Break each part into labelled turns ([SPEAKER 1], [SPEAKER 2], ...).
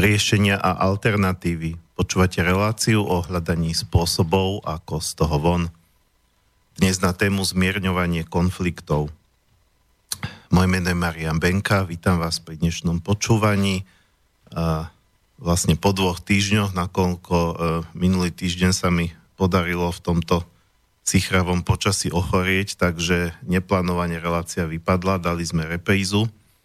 [SPEAKER 1] riešenia a alternatívy. Počúvate reláciu o hľadaní spôsobov, ako z toho von. Dnes na tému zmierňovanie konfliktov. Moje meno je Marián Benka, vítam vás pri dnešnom počúvaní. Vlastne po 2 týždňoch, nakoľko minulý týždeň sa mi podarilo v tomto sichravom počasí ochorieť, takže neplánovane relácia vypadla, dali sme reprízu.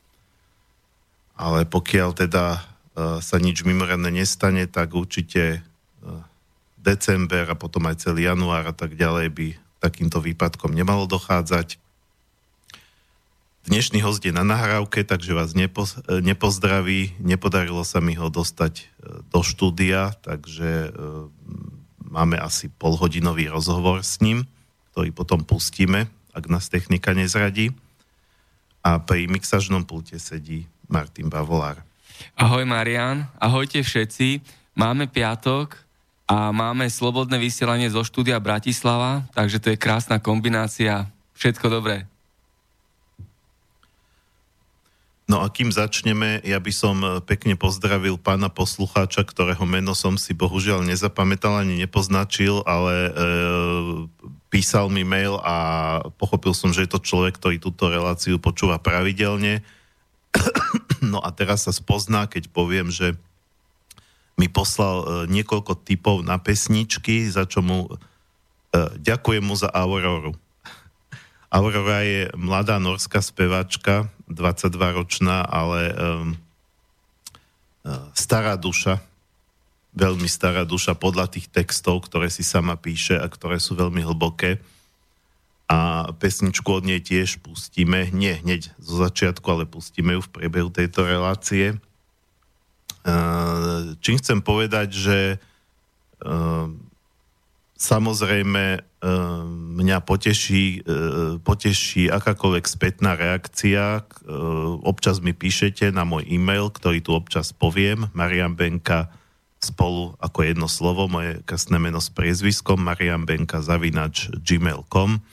[SPEAKER 1] Ale pokiaľ teda sa nič mimoriadne nestane, tak určite december a potom aj celý január a tak ďalej by takýmto výpadkom nemalo dochádzať. Dnešný host je na nahrávke, takže vás nepozdraví. Nepodarilo sa mi ho dostať do štúdia, takže máme asi polhodinový rozhovor s ním, ktorý potom pustíme, ak nás technika nezradí. A pri mixažnom pulte sedí Martin Bavolár.
[SPEAKER 2] Ahoj Marián, ahojte všetci. Máme piatok a máme slobodné vysielanie zo štúdia Bratislava, takže to je krásna kombinácia. Všetko dobré.
[SPEAKER 1] No a kým začneme, ja by som pekne pozdravil pána poslucháča, ktorého meno som si bohužiaľ nezapamätal ani nepoznačil, ale písal mi mail a pochopil som, že je to človek, ktorý túto reláciu počúva pravidelne. No a teraz sa spozná, keď poviem, že mi poslal niekoľko tipov na pesničky, za čo mu ďakujem mu za Auroru. Aurora je mladá norská speváčka, 22-ročná, ale stará duša, veľmi stará duša podľa tých textov, ktoré si sama píše a ktoré sú veľmi hlboké. A pesničku od nej tiež pustíme, nie hneď zo začiatku, ale pustíme ju v priebehu tejto relácie. Čím chcem povedať, že samozrejme mňa poteší akákoľvek spätná reakcia. Občas mi píšete na môj e-mail, ktorý tu občas poviem, Marián Benka spolu ako jedno slovo, moje krstné meno s priezviskom, marianbenka@gmail.com.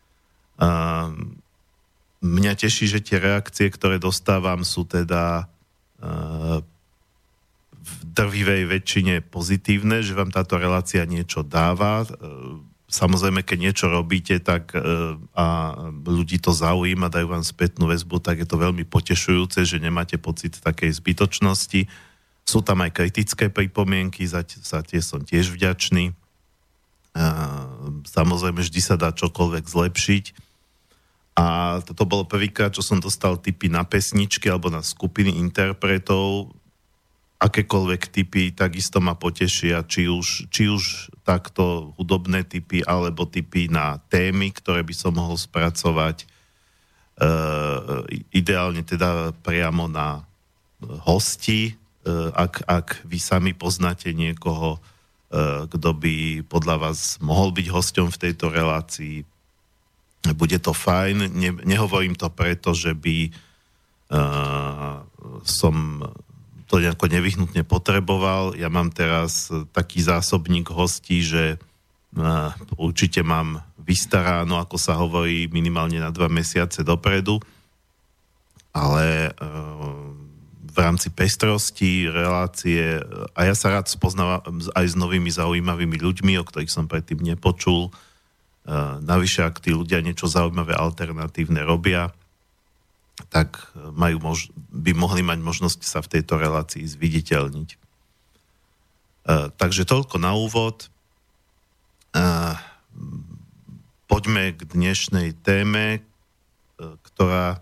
[SPEAKER 1] Mňa teší, že tie reakcie, ktoré dostávam, sú teda v drvivej väčšine pozitívne, že vám táto relácia niečo dáva. Samozrejme, keď niečo robíte, tak a ľudí to zaujíma, dajú vám spätnú väzbu, tak je to veľmi potešujúce, že nemáte pocit takej zbytočnosti. Sú tam aj kritické pripomienky, za tie som tiež vďačný. Samozrejme, vždy sa dá čokoľvek zlepšiť. A toto bolo prvýkrát, čo som dostal tipy na pesničky alebo na skupiny interpretov. Akékoľvek tipy takisto ma potešia, či už takto hudobné tipy, alebo tipy na témy, ktoré by som mohol spracovať. Ideálne teda priamo na hosti, ak vy sami poznáte niekoho, kto by podľa vás mohol byť hosťom v tejto relácii. Bude to fajn. Nehovorím to preto, že by som to nejako nevyhnutne potreboval. Ja mám teraz taký zásobník hostí, že určite mám vystaráno, ako sa hovorí, minimálne na 2 mesiace dopredu. Ale v rámci pestrosti, relácie, a ja sa rád spoznávam aj s novými zaujímavými ľuďmi, o ktorých som predtým nepočul. Navyše, ak tí ľudia niečo zaujímavé alternatívne robia, tak by mohli mať možnosť sa v tejto relácii zviditeľniť. Takže toľko na úvod. Poďme k dnešnej téme, ktorá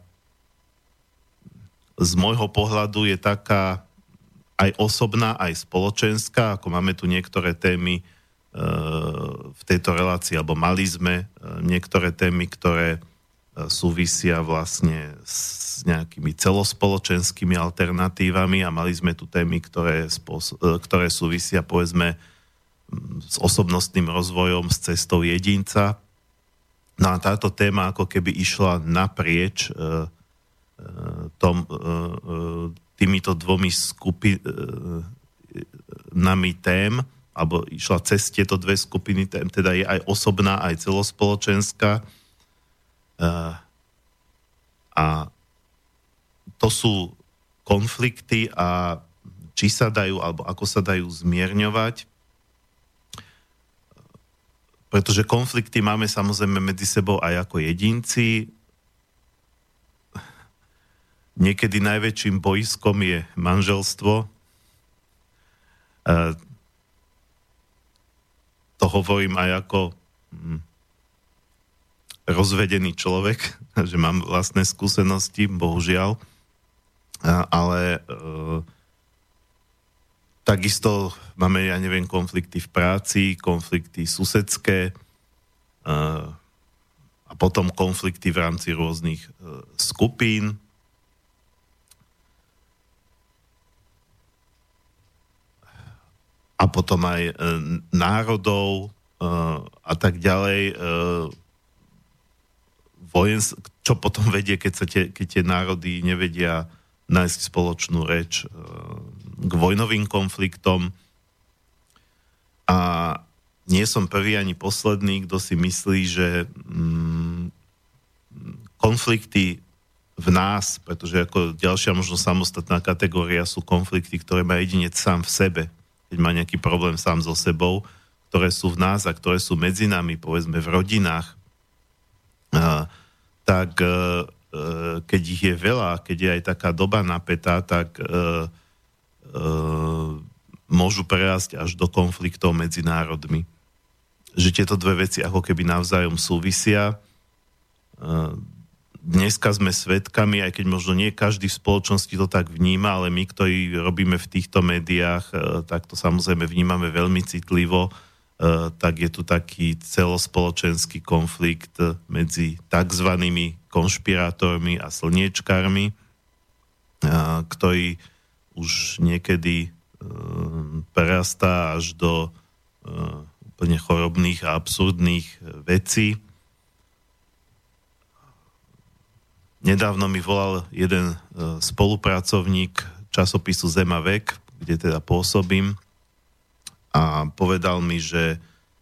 [SPEAKER 1] z môjho pohľadu je taká aj osobná, aj spoločenská, ako máme tu niektoré témy v tejto relácii, alebo mali sme niektoré témy, ktoré súvisia vlastne s nejakými celospoločenskými alternatívami a mali sme tu témy, ktoré súvisia, povedzme, s osobnostným rozvojom, s cestou jedinca. No a táto téma ako keby išla naprieč týmito 2 skupinami tém, alebo išla cez tieto 2 skupiny tém, teda je aj osobná, aj celospoločenská. A to sú konflikty a či sa dajú, alebo ako sa dajú zmierňovať. Pretože konflikty máme samozrejme medzi sebou aj ako jedinci. Niekedy najväčším bojskom je manželstvo. To hovorím aj ako rozvedený človek, že mám vlastné skúsenosti, bohužiaľ. Ale takisto máme, ja neviem, konflikty v práci, konflikty susedské a potom konflikty v rámci rôznych skupín. A potom aj národov a tak ďalej. Čo potom vedie, keď tie národy nevedia nájsť spoločnú reč k vojnovým konfliktom. A nie som prvý ani posledný, kto si myslí, že konflikty v nás, pretože ako ďalšia možno samostatná kategória sú konflikty, ktoré má jedinec sám v sebe, keď má nejaký problém sám so sebou, ktoré sú v nás a ktoré sú medzi nami, povedzme v rodinách, tak keď ich je veľa, keď je aj taká doba napätá, tak môžu prerásť až do konfliktov medzi národmi. Že tieto dve veci ako keby navzájom súvisia. Dneska sme svedkami, aj keď možno nie každý v spoločnosti to tak vníma, ale my, ktorí robíme v týchto médiách, tak to samozrejme vnímame veľmi citlivo, tak je tu taký celospoločenský konflikt medzi takzvanými konšpirátormi a slniečkármi, ktorý už niekedy prerastá až do úplne chorobných a absurdných vecí. Nedávno mi volal jeden spolupracovník časopisu Zem a vek, kde teda pôsobím, a povedal mi, že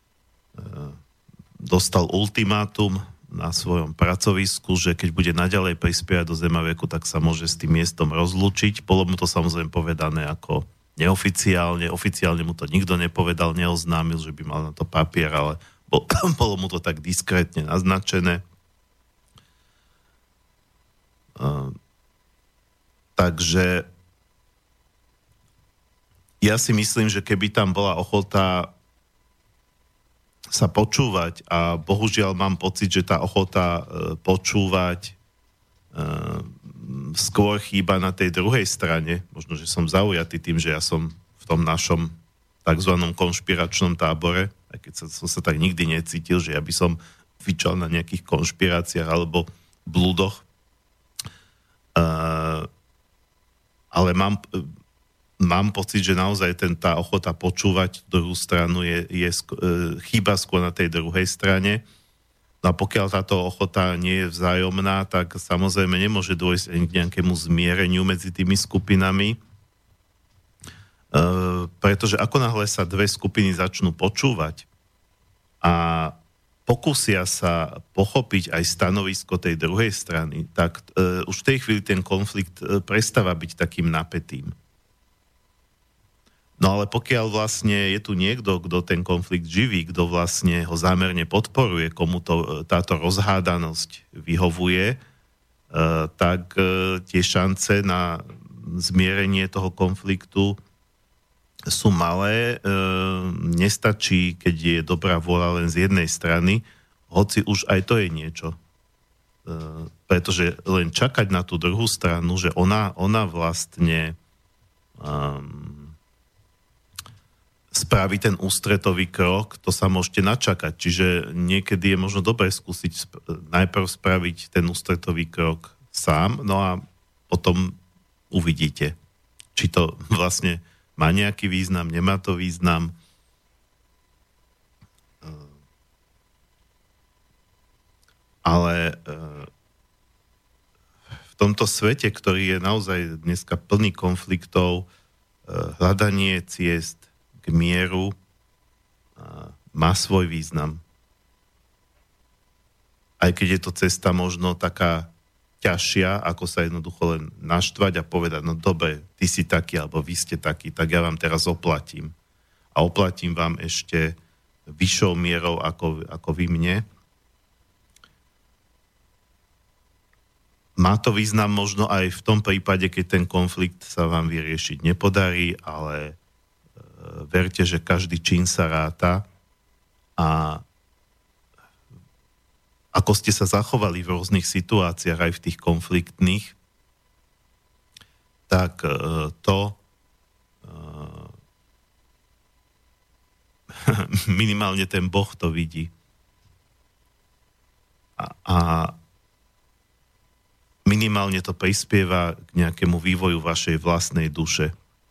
[SPEAKER 1] dostal ultimátum na svojom pracovisku, že keď bude naďalej prispievať do Zemaveku, tak sa môže s tým miestom rozlúčiť. Bolo mu to samozrejme povedané ako neoficiálne. Oficiálne mu to nikto nepovedal, neoznámil, že by mal na to papier, ale bolo mu to tak diskrétne naznačené. Takže ja si myslím, že keby tam bola ochota sa počúvať, a bohužiaľ mám pocit, že tá ochota počúvať skôr chýba na tej druhej strane. Možno, že som zaujatý tým, že ja som v tom našom takzvanom konšpiračnom tábore, aj keď som sa tak nikdy necítil, že ja by som fičal na nejakých konšpiráciách alebo blúdoch. Ale mám pocit, že naozaj tá ochota počúvať druhú stranu chýba skôr na tej druhej strane. No a pokiaľ táto ochota nie je vzájomná, tak samozrejme nemôže dôjsť ani k nejakému zmiereniu medzi tými skupinami. Pretože ako náhle sa dve skupiny začnú počúvať a pokúsia sa pochopiť aj stanovisko tej druhej strany, tak už v tej chvíli ten konflikt prestáva byť takým napätým. No ale pokiaľ vlastne je tu niekto, kto ten konflikt živí, kto vlastne ho zámerne podporuje, komu táto rozhádanosť vyhovuje, tak tie šance na zmierenie toho konfliktu sú malé. Nestačí, keď je dobrá vôľa len z jednej strany, hoci už aj to je niečo. Pretože len čakať na tú druhú stranu, že ona vlastne spraví ten ústretový krok, to sa môžete načakať. Čiže niekedy je možno dobre skúsiť najprv spraviť ten ústretový krok sám, no a potom uvidíte, či to vlastne má nejaký význam, nemá to význam. Ale v tomto svete, ktorý je naozaj dneska plný konfliktov, hľadanie ciest k mieru má svoj význam. Aj keď je to cesta možno taká ťažšia, ako sa jednoducho len naštvať a povedať, no dobre, ty si taký, alebo vy ste takí, tak ja vám teraz oplatím. A oplatím vám ešte vyššou mierou, ako vy mne. Má to význam možno aj v tom prípade, keď ten konflikt sa vám vyriešiť nepodarí, ale verte, že každý čin sa ráta a ako ste sa zachovali v rôznych situáciách, aj v tých konfliktných, tak to minimálne ten Boh to vidí. A minimálne to prispieva k nejakému vývoju vašej vlastnej duše.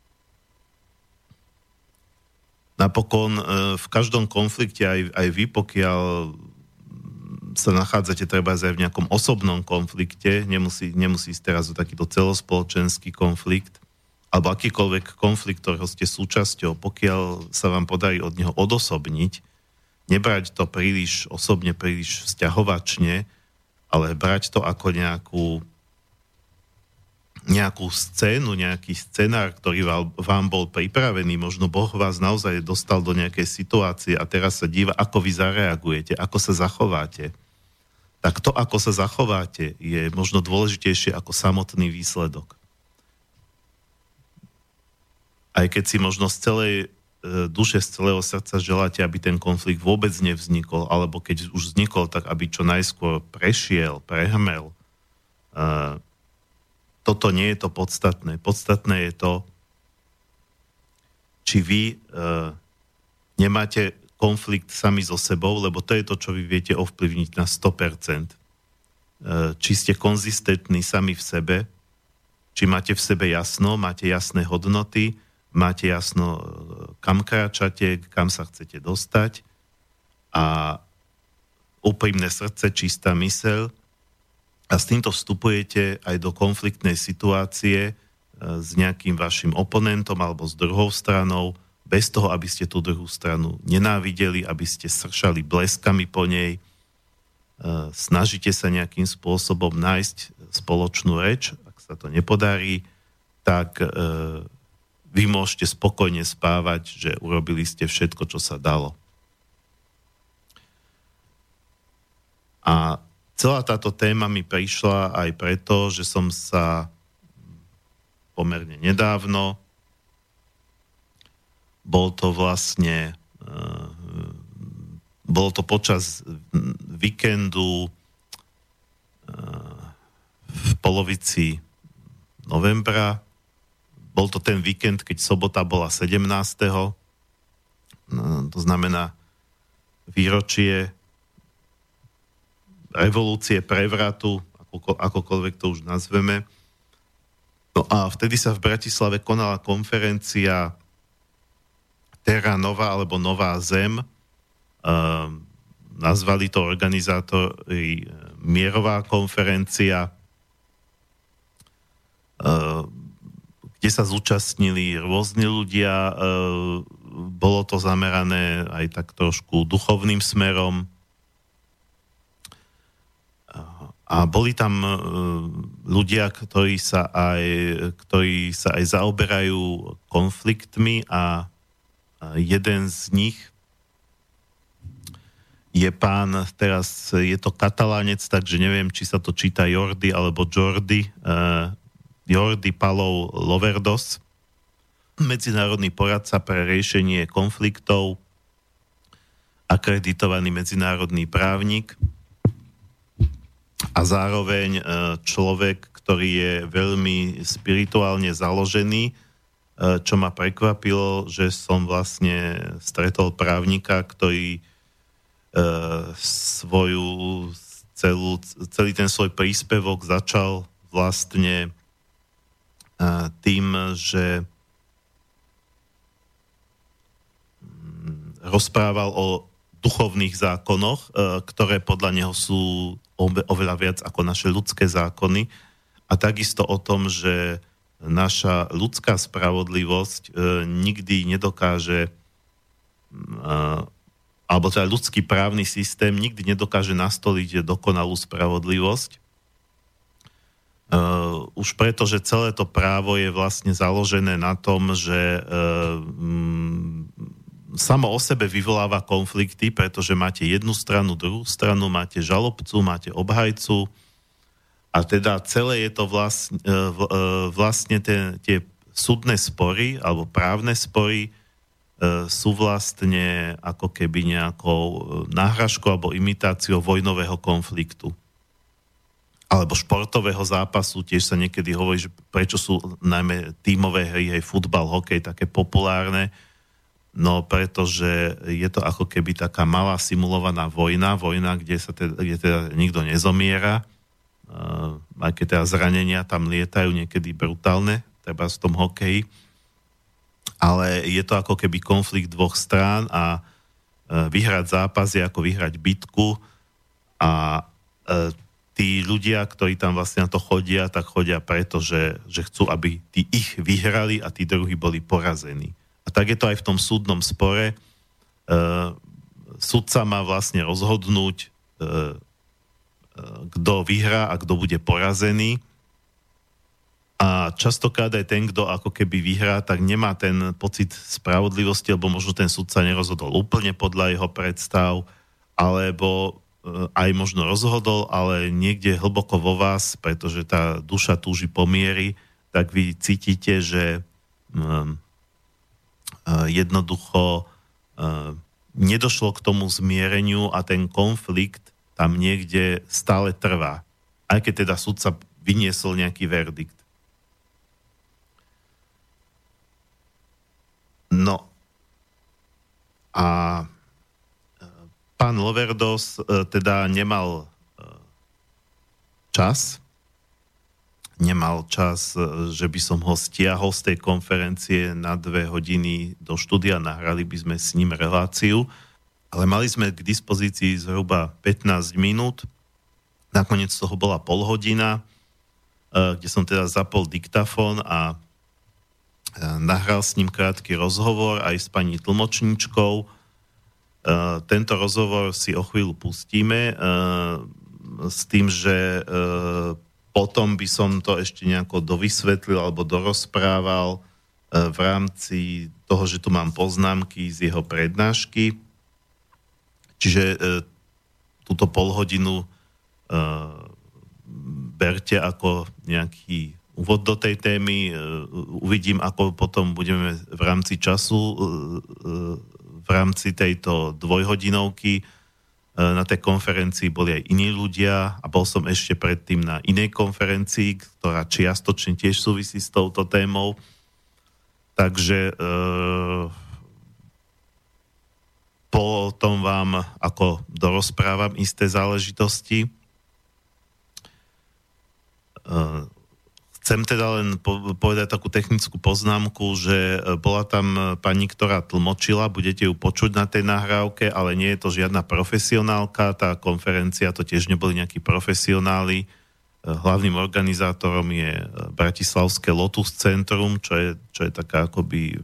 [SPEAKER 1] Napokon v každom konflikte, aj vy, pokiaľ sa nachádzate treba aj v nejakom osobnom konflikte, nemusí ísť teraz o takýto celospoločenský konflikt, alebo akýkoľvek konflikt, ktorého ste súčasťou, pokiaľ sa vám podarí od neho odosobniť, nebrať to príliš osobne, príliš vzťahovačne, ale brať to ako nejakú scénu, nejaký scenár, ktorý vám bol pripravený, možno Boh vás naozaj dostal do nejakej situácie a teraz sa díva, ako vy zareagujete, ako sa zachováte. Tak to, ako sa zachováte, je možno dôležitejšie ako samotný výsledok. Aj keď si možno z celej duše, z celého srdca želáte, aby ten konflikt vôbec nevznikol, alebo keď už vznikol, tak aby čo najskôr prešiel, prehmel. Toto nie je to podstatné. Podstatné je to, či vy nemáte konflikt sami so sebou, lebo to je to, čo vy viete ovplyvniť na 100%. Či ste konzistentní sami v sebe, či máte v sebe jasno, máte jasné hodnoty, máte jasno, kam kráčate, kam sa chcete dostať a úprimné srdce, čistá myseľ a s týmto vstupujete aj do konfliktnej situácie s nejakým vašim oponentom alebo s druhou stranou, bez toho, aby ste tú druhú stranu nenávideli, aby ste sršali bleskami po nej. Snažíte sa nejakým spôsobom nájsť spoločnú reč. Ak sa to nepodarí, tak vy môžete spokojne spávať, že urobili ste všetko, čo sa dalo. A celá táto téma mi prišla aj preto, že som sa pomerne nedávno, bolo to počas víkendu v polovici novembra. Bol to ten víkend, keď sobota bola 17. To znamená výročie revolúcie, prevratu, akokoľvek to už nazveme. No a vtedy sa v Bratislave konala konferencia Terra Nova alebo Nová Zem. Nazvali to organizátori mierová konferencia, kde sa zúčastnili rôzni ľudia. Bolo to zamerané aj tak trošku duchovným smerom. A boli tam ľudia, ktorí sa aj zaoberajú konfliktmi a jeden z nich je pán, teraz je to Katalánec, takže neviem, či sa to číta Jordi alebo Jordi Palou Loverdos, medzinárodný poradca pre riešenie konfliktov, akreditovaný medzinárodný právnik a zároveň človek, ktorý je veľmi spirituálne založený, čo ma prekvapilo, že som vlastne stretol právnika, ktorý celý ten svoj príspevok začal vlastne tým, že rozprával o duchovných zákonoch, ktoré podľa neho sú oveľa viac ako naše ľudské zákony, a takisto o tom, že naša ľudská spravodlivosť nikdy nedokáže, alebo teda ľudský právny systém nikdy nedokáže nastoliť dokonalú spravodlivosť. Už preto, že celé to právo je vlastne založené na tom, že samo o sebe vyvoláva konflikty, pretože máte jednu stranu, druhú stranu, máte žalobcu, máte obhajcu a teda celé je to vlastne tie súdne spory alebo právne spory sú vlastne ako keby nejakou náhražkou alebo imitáciou vojnového konfliktu. Alebo športového zápasu, tiež sa niekedy hovorí, že prečo sú najmä tímové hry, aj futbal, hokej také populárne, no pretože je to ako keby taká malá simulovaná vojna, kde teda nikto nezomiera, aj keď teda zranenia tam lietajú niekedy brutálne, treba v tom hokeji, ale je to ako keby konflikt dvoch strán a vyhrať zápas je ako vyhrať bitku a tí ľudia, ktorí tam vlastne na to chodia, tak chodia preto, že chcú, aby tí ich vyhrali a tí druhí boli porazení. A tak je to aj v tom súdnom spore. Sudca má vlastne rozhodnúť, kto vyhrá a kto bude porazený. A častokrát aj ten, kto ako keby vyhrá, tak nemá ten pocit spravodlivosti, lebo možno ten sudca nerozhodol úplne podľa jeho predstav, alebo aj možno rozhodol, ale niekde hlboko vo vás, pretože tá duša túži po miery, tak vy cítite, že jednoducho nedošlo k tomu zmiereniu a ten konflikt tam niekde stále trvá. Aj keď teda sudca vyniesol nejaký verdikt. No a pán Loverdos teda nemal čas, že by som ho stiahol z tej konferencie na 2 hodiny do štúdia, nahrali by sme s ním reláciu, ale mali sme k dispozícii zhruba 15 minút, nakoniec toho bola pol hodina, kde som teda zapol diktafón a nahral s ním krátky rozhovor aj s pani tlmočníčkou. Tento rozhovor si o chvíľu pustíme s tým, že potom by som to ešte nejako dovysvetlil alebo dorozprával v rámci toho, že tu mám poznámky z jeho prednášky. Čiže túto polhodinu berte ako nejaký úvod do tej témy. Uvidím, ako potom budeme v rámci času v rámci tejto dvojhodinovky. Na tej konferencii boli aj iní ľudia a bol som ešte predtým na inej konferencii, ktorá čiastočne tiež súvisí s touto témou. Takže potom vám ako dorozprávam isté záležitosti. Chcem teda len povedať takú technickú poznámku, že bola tam pani, ktorá tlmočila, budete ju počuť na tej nahrávke, ale nie je to žiadna profesionálka, tá konferencia, to tiež neboli nejakí profesionáli. Hlavným organizátorom je Bratislavské Lotus Centrum, čo je taká akoby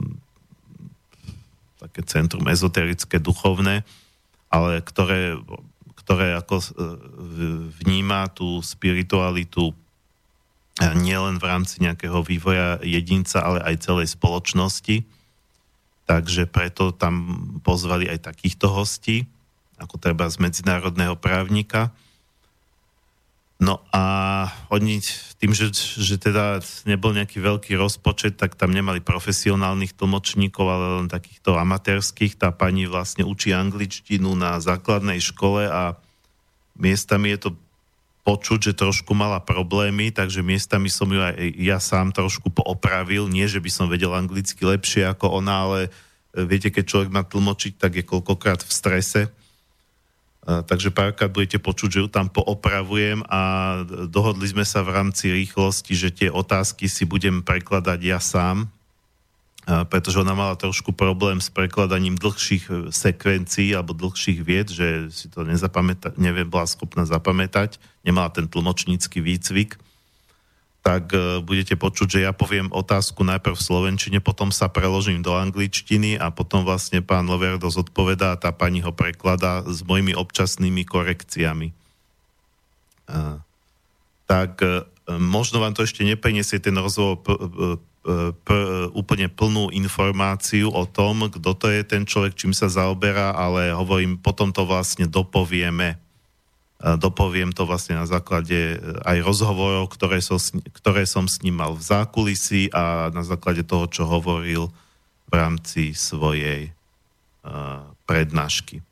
[SPEAKER 1] také centrum ezoterické, duchovné, ale ktoré ako vníma tú spiritualitu nielen v rámci nejakého vývoja jedinca, ale aj celej spoločnosti. Takže preto tam pozvali aj takýchto hostí, ako treba z medzinárodného právnika. No a oni tým, že teda nebol nejaký veľký rozpočet, tak tam nemali profesionálnych tlmočníkov, ale len takýchto amatérskych. Tá pani vlastne učí angličtinu na základnej škole a miestami je to počuť, že trošku mala problémy, takže miestami som ju aj ja sám trošku poopravil. Nie, že by som vedel anglicky lepšie ako ona, ale viete, keď človek má tlmočiť, tak je koľkokrát v strese. Takže párkrát budete počuť, že ju tam poopravujem a dohodli sme sa v rámci rýchlosti, že tie otázky si budem prekladať ja sám, pretože ona mala trošku problém s prekladaním dlhších sekvencií alebo dlhších vied, že si to bola schopná zapamätať, nemala ten tlmočnícky výcvik, tak budete počuť, že ja poviem otázku najprv v slovenčine, potom sa preložím do angličtiny a potom vlastne pán Loverdos odpovedá a tá pani ho prekladá s mojimi občasnými korekciami. Tak možno vám to ešte neprinesie ten rozhovor úplne plnú informáciu o tom, kto to je ten človek, čím sa zaoberá, ale hovorím, potom to vlastne dopovieme. Dopoviem to vlastne na základe aj rozhovorov, ktoré som s ním mal v zákulisí a na základe toho, čo hovoril v rámci svojej prednášky.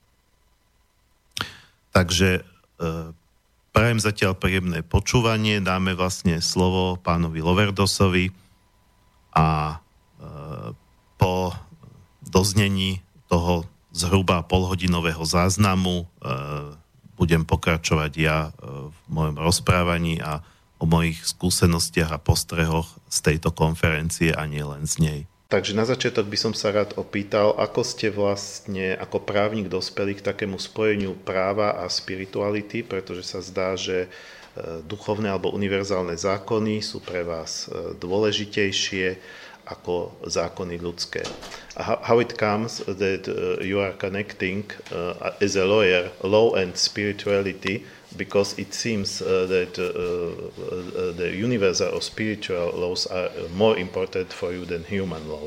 [SPEAKER 1] Takže prajem zatiaľ príjemné počúvanie, dáme vlastne slovo pánovi Loverdosovi a po doznení toho zhruba polhodinového záznamu budem pokračovať ja v mojom rozprávaní a o mojich skúsenostiach a postrehoch z tejto konferencie a nie len z nej. Takže na začiatok by som sa rád opýtal, ako ste vlastne ako právnik dospeli k takému spojeniu práva a spirituality, pretože sa zdá, že duchovné alebo univerzálne zákony sú pre vás dôležitejšie ako zákony ľudské. How it comes that you are connecting as a lawyer law and spirituality, because it seems that the universal or spiritual laws are more important for you than human law.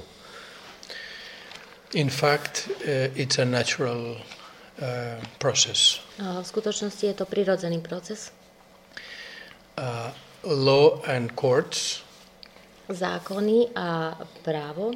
[SPEAKER 3] In fact, it's a natural process.
[SPEAKER 4] V skutočnosti je to prirodzený proces.
[SPEAKER 3] Law and courts
[SPEAKER 4] Zákony a právo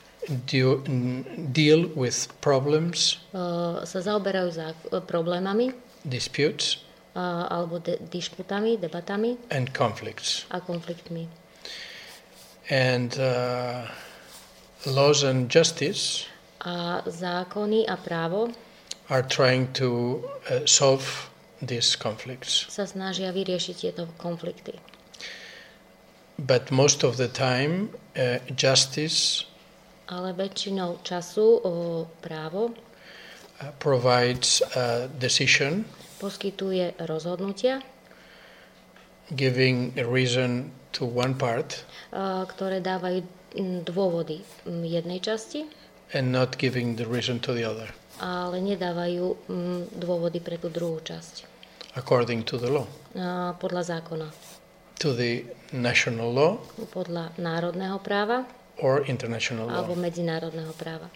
[SPEAKER 3] deal with problems,
[SPEAKER 4] sa zaoberajú problémami,
[SPEAKER 3] disputes,
[SPEAKER 4] alebo disputami, debatami
[SPEAKER 3] and conflicts.
[SPEAKER 4] A konfliktmi.
[SPEAKER 3] And laws and justice
[SPEAKER 4] A zákony a právo
[SPEAKER 3] are trying to solve these conflicts.
[SPEAKER 4] sa snažia vyriešiť tieto konflikty.
[SPEAKER 3] But most of the time, justice
[SPEAKER 4] Ale väčšinou času právo
[SPEAKER 3] provides a decision,
[SPEAKER 4] poskytuje rozhodnutia,
[SPEAKER 3] giving a reason to one part,
[SPEAKER 4] ktoré dávajú dôvody jednej časti,
[SPEAKER 3] and not giving the reason to the other,
[SPEAKER 4] ale nedávajú dôvody pre tú druhú časť.
[SPEAKER 3] according to the law,
[SPEAKER 4] Podľa zákona.
[SPEAKER 3] to the national law
[SPEAKER 4] Podľa národného práva
[SPEAKER 3] or international law.
[SPEAKER 4] alebo medzinárodného práva.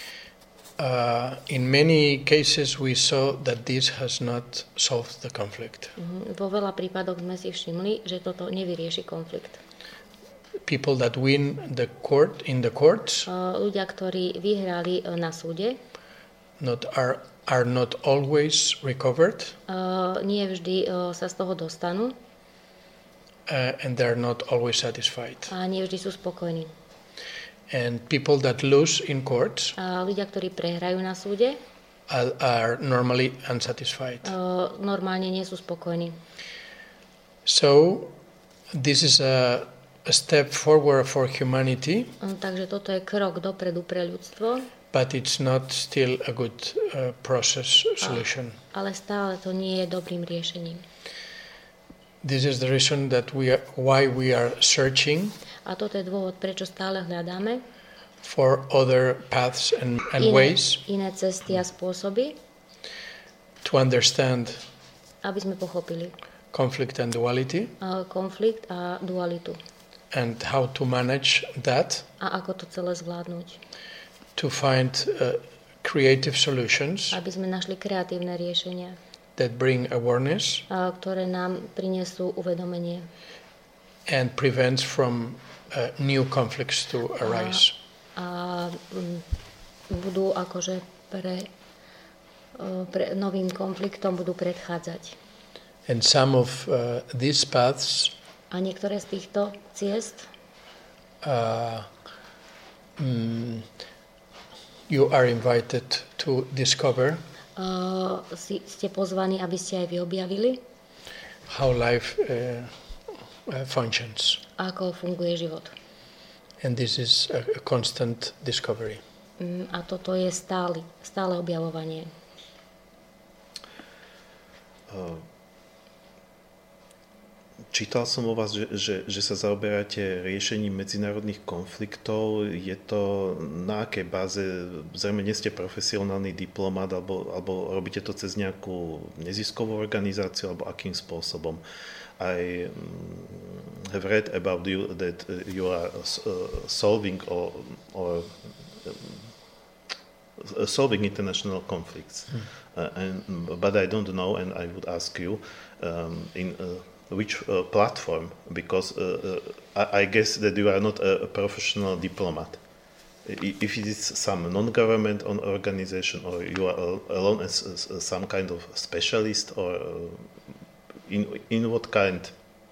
[SPEAKER 3] In many cases we saw that this has not solved the conflict.
[SPEAKER 4] Vo veľa prípadoch sme si všimli, že toto nevyrieši konflikt.
[SPEAKER 3] People that win the court in the courts
[SPEAKER 4] Ľudia, ktorí vyhrali na súde,
[SPEAKER 3] are not always recovered,
[SPEAKER 4] nie vždy sa z toho dostanú
[SPEAKER 3] and they are not always satisfied.
[SPEAKER 4] a nie vždy sú spokojní.
[SPEAKER 3] And people that lose in courts
[SPEAKER 4] A ľudia, ktorí prehrajú na súde,
[SPEAKER 3] are normally unsatisfied.
[SPEAKER 4] normálne nie sú spokojní.
[SPEAKER 3] So this is a step forward for humanity,
[SPEAKER 4] Takže toto je krok dopredu pre ľudstvo,
[SPEAKER 3] but it's not still a good process solution.
[SPEAKER 4] ale stále to nie je dobrým riešením.
[SPEAKER 3] This is the reason that why we are searching
[SPEAKER 4] A toto je dôvod, prečo stále hľadáme
[SPEAKER 3] for other paths and ways
[SPEAKER 4] iné cesty a spôsoby,
[SPEAKER 3] to understand
[SPEAKER 4] aby sme pochopili
[SPEAKER 3] conflict and duality
[SPEAKER 4] konflikt a dualitu
[SPEAKER 3] and how to manage that,
[SPEAKER 4] a ako to celé zvládnuť.
[SPEAKER 3] to find creative solutions
[SPEAKER 4] Aby sme našli kreatívne riešenia,
[SPEAKER 3] that bring awareness
[SPEAKER 4] ktoré nám prinesú uvedomenie
[SPEAKER 3] and prevents from new conflicts to arise.
[SPEAKER 4] a budú akože pre novým konfliktom budú predchádzať.
[SPEAKER 3] And some of these paths
[SPEAKER 4] A niektoré z týchto ciest
[SPEAKER 3] you are invited to discover
[SPEAKER 4] ste pozvaní, aby ste aj vy objavili,
[SPEAKER 3] how life functions.
[SPEAKER 4] ako funguje život.
[SPEAKER 3] And this is a constant discovery.
[SPEAKER 4] A toto je stále objavovanie.
[SPEAKER 1] Čítal som o vás, že sa zaoberáte riešením medzinárodných konfliktov. Je to na akej báze? Zrejme nie ste profesionálny diplomat, alebo robíte to cez nejakú neziskovú organizáciu, alebo akým spôsobom? Aj have read about you that you are solving or solving international conflicts. But I don't know, and I would ask you in which platform, because I guess that you are not a professional diplomat. If it is some non-government organization, or you are alone as some kind of specialist, or in what kind,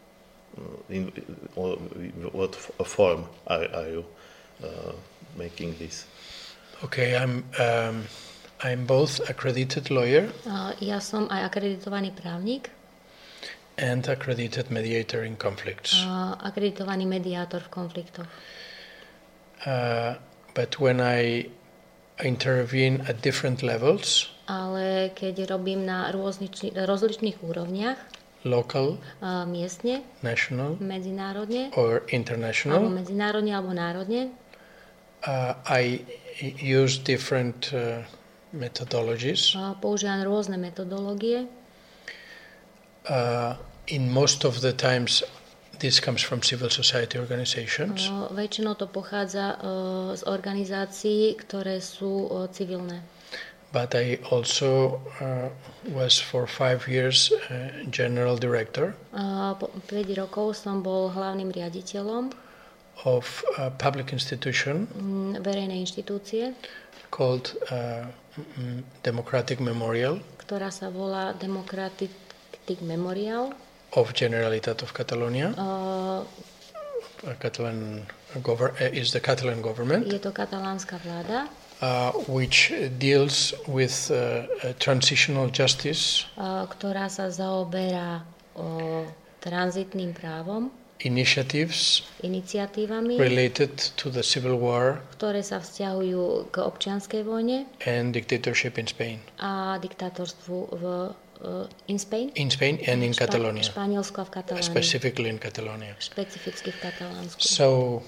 [SPEAKER 1] or what form are you making this?
[SPEAKER 3] Okay, I'm both accredited lawyer
[SPEAKER 4] Ja som aj akreditovaný právnik
[SPEAKER 3] and accredited mediator in conflicts.
[SPEAKER 4] a akreditovaný mediátor v konfliktoch.
[SPEAKER 3] But when I intervene at different levels,
[SPEAKER 4] Ale keď robím na rozličných úrovniach,
[SPEAKER 3] local,
[SPEAKER 4] miestne,
[SPEAKER 3] national,
[SPEAKER 4] medzinárodne,
[SPEAKER 3] or
[SPEAKER 4] alebo
[SPEAKER 3] international,
[SPEAKER 4] medzinárodne, alebo národne,
[SPEAKER 3] I use different methodologies.
[SPEAKER 4] používam rôzne metodológie.
[SPEAKER 3] In most of the times, this comes from civil society organizations.
[SPEAKER 4] Väčšinou to pochádza z organizácií, ktoré sú civilné.
[SPEAKER 3] But I also was for 5 years general director
[SPEAKER 4] Po 5 rokov som bol hlavným riaditeľom
[SPEAKER 3] of a public institution
[SPEAKER 4] verejnej inštitúcie,
[SPEAKER 3] called Democratic Memorial
[SPEAKER 4] ktorá sa volá Democratic Memorial.
[SPEAKER 3] of Generalitat of Catalonia. Is the Catalan government,
[SPEAKER 4] Je to katalánska vláda,
[SPEAKER 3] which deals with transitional justice,
[SPEAKER 4] ktorá sa zaoberá tranzitným právom,
[SPEAKER 3] initiatives
[SPEAKER 4] iniciatívami,
[SPEAKER 3] related to the civil war
[SPEAKER 4] ktoré sa vzťahujú k občianskej vojne
[SPEAKER 3] and dictatorship in Spain.
[SPEAKER 4] a diktátorstvu in Spain
[SPEAKER 3] And in Catalonia,
[SPEAKER 4] Španielsku a v Katalánii.
[SPEAKER 3] specifically in Catalonia.
[SPEAKER 4] Špecificky v Katalánsku.
[SPEAKER 3] So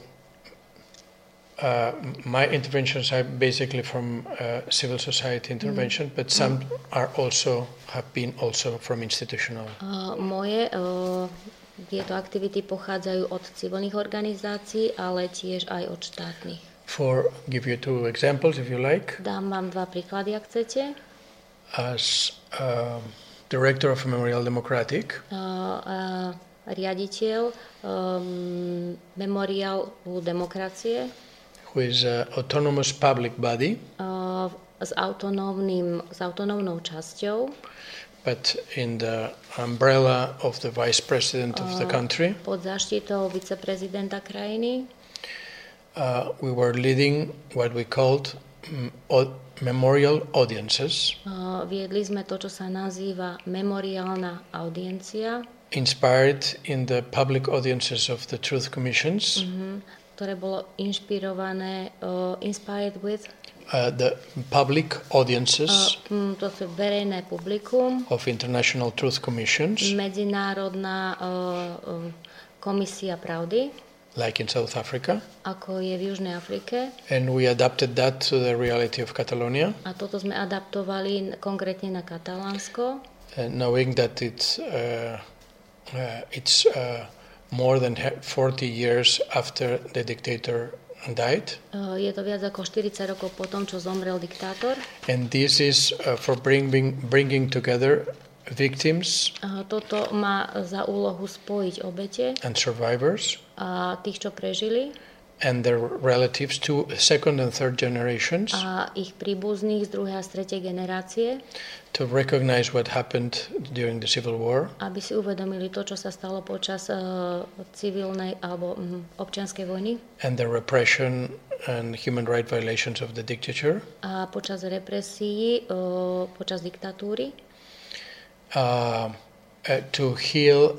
[SPEAKER 3] my interventions are basically from civil society intervention, but some have been also from institutional.
[SPEAKER 4] Moje tieto aktivity pochádzajú od civilných organizácií, ale tiež aj od štátnych.
[SPEAKER 3] Give you 2 examples if you like.
[SPEAKER 4] Dám vám 2 príklady, ak chcete.
[SPEAKER 3] As director of Memorial Democratic,
[SPEAKER 4] Riaditeľ Memorialu demokracie,
[SPEAKER 3] who is an autonomous public body,
[SPEAKER 4] s autonómnou časťou,
[SPEAKER 3] but in the umbrella of the vice president of the country.
[SPEAKER 4] pod záštitou viceprezidenta krajiny.
[SPEAKER 3] We were leading what we called memorial audiences,
[SPEAKER 4] Viedli sme to, čo sa nazýva memoriálna audiencia,
[SPEAKER 3] inspired in the public audiences of the Truth Commissions,
[SPEAKER 4] ktoré bolo inšpirované, inspired with,
[SPEAKER 3] the public audiences
[SPEAKER 4] to sú verejné publikum,
[SPEAKER 3] of International Truth Commissions,
[SPEAKER 4] Medzinárodná komisia pravdy,
[SPEAKER 3] like in South Africa,
[SPEAKER 4] ako je v Južnej Afrike.
[SPEAKER 3] and we adapted that to the reality of Catalonia,
[SPEAKER 4] A toto sme adaptovali konkrétne na Katalánsko,
[SPEAKER 3] knowing that it's more than 40 years after the dictator died.
[SPEAKER 4] Je to viac ako 40 rokov po tom, čo zomrel diktátor.
[SPEAKER 3] And this is for bringing together victims
[SPEAKER 4] Toto má za úlohu spojiť obete
[SPEAKER 3] and survivors
[SPEAKER 4] a tých, čo prežili,
[SPEAKER 3] and their relatives to second and third generations
[SPEAKER 4] a ich príbuzných z druhej a z tretej generácie,
[SPEAKER 3] to recognize what happened during the Civil War
[SPEAKER 4] aby si uvedomili to, čo sa stalo počas civilnej alebo občianskej vojny
[SPEAKER 3] and the repression and human rights violations of the dictator,
[SPEAKER 4] a počas represií, počas diktatúry,
[SPEAKER 3] to heal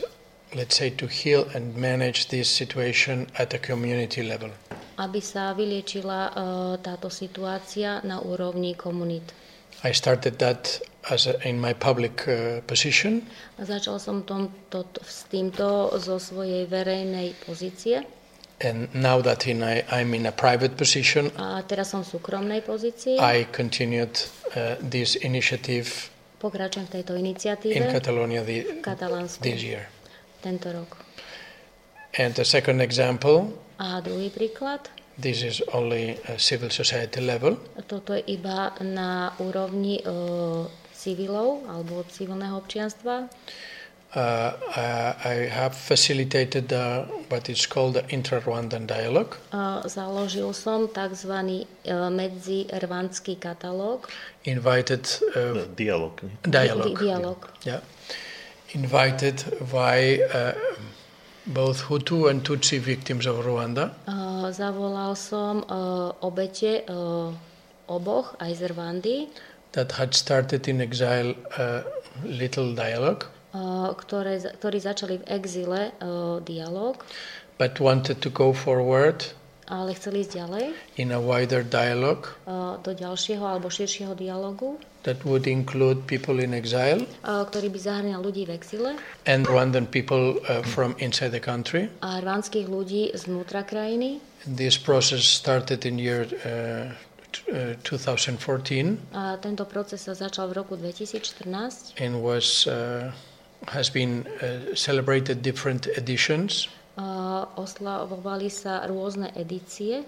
[SPEAKER 3] and manage this situation at a community level.
[SPEAKER 4] aby sa vyliečila táto situácia na úrovni komunít.
[SPEAKER 3] I started that in my public position,
[SPEAKER 4] Začal som s týmto zo svojej verejnej pozície
[SPEAKER 3] and now that I'm in a private position,
[SPEAKER 4] a teraz som v súkromnej pozícii.
[SPEAKER 3] I continued this initiative
[SPEAKER 4] Pokračujem v tejto
[SPEAKER 3] in
[SPEAKER 4] iniciatíve
[SPEAKER 3] Catalonia
[SPEAKER 4] v Katalánsku
[SPEAKER 3] this year.
[SPEAKER 4] tento rok.
[SPEAKER 3] And the second example,
[SPEAKER 4] A druhý príklad,
[SPEAKER 3] this is only a civil society level.
[SPEAKER 4] toto je iba na úrovni civilov alebo civilného občianstva.
[SPEAKER 3] I have facilitated what is called the intra-Rwandan dialogue.
[SPEAKER 4] Založil som tzv. Medzirwandský katalóg.
[SPEAKER 3] Invited
[SPEAKER 1] Dialog.
[SPEAKER 4] Dialog.
[SPEAKER 3] Yeah. Invited by both Hutu and Tutsi victims of Rwanda.
[SPEAKER 4] Zavolal som obete oboch, aj z Rwandy,
[SPEAKER 3] That had started in exile little dialogue,
[SPEAKER 4] ktorí začali v exile dialog,
[SPEAKER 3] but wanted to go forward
[SPEAKER 4] ale chceli ísť ďalej
[SPEAKER 3] in a wider dialogue
[SPEAKER 4] do ďalšieho alebo širšieho dialogu,
[SPEAKER 3] that would include people in exile
[SPEAKER 4] ktorý by zahrňal ľudí v exile
[SPEAKER 3] and Rwandan people from inside the country.
[SPEAKER 4] a rwandských ľudí znútra krajiny.
[SPEAKER 3] This process started in year 2014
[SPEAKER 4] A tento proces sa začal v roku 2014
[SPEAKER 3] and has been celebrated different editions.
[SPEAKER 4] Oslavovali sa rôzne edície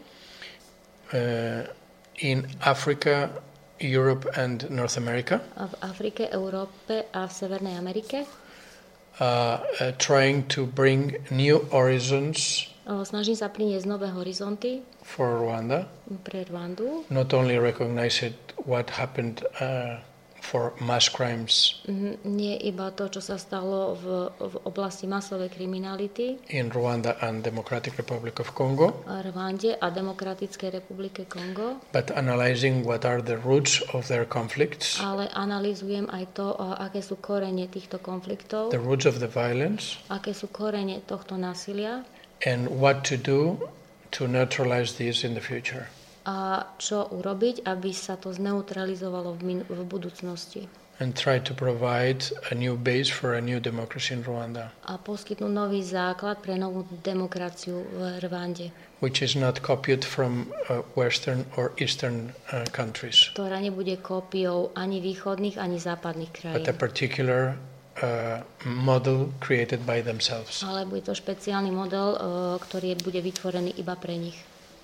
[SPEAKER 3] In Africa, Europe and North America,
[SPEAKER 4] v Afrike, Európe a v Severnej Amerike.
[SPEAKER 3] trying to bring new horizons
[SPEAKER 4] Snažím sa priniesť nové horizonty
[SPEAKER 3] for Rwanda,
[SPEAKER 4] pre Rwandu.
[SPEAKER 3] not only recognize what happened for mass crimes
[SPEAKER 4] Nie iba to, čo sa stalo v oblasti masovej kriminality
[SPEAKER 3] in Rwanda and Democratic Republic of Congo,
[SPEAKER 4] v Rwande a Demokratickej republike Kongo,
[SPEAKER 3] but analyzing what are the roots of their conflicts,
[SPEAKER 4] ale analyzujem aj to, aké sú korene týchto konfliktov,
[SPEAKER 3] the roots of the violence,
[SPEAKER 4] aké sú korene tohto násilia
[SPEAKER 3] and what to do to neutralize this in the future.
[SPEAKER 4] a čo urobiť, aby sa to zneutralizovalo v budúcnosti.
[SPEAKER 3] And try to provide a new base for a new democracy in Rwanda,
[SPEAKER 4] A poskytnúť nový základ pre novú demokraciu v Rwande,
[SPEAKER 3] which is not copied from Western or Eastern countries,
[SPEAKER 4] ktorá nebude kópiou ani východných, ani západných krajín.
[SPEAKER 3] but a particular model created by themselves.
[SPEAKER 4] Ale bude to špeciálny model, ktorý bude vytvorený iba pre nich.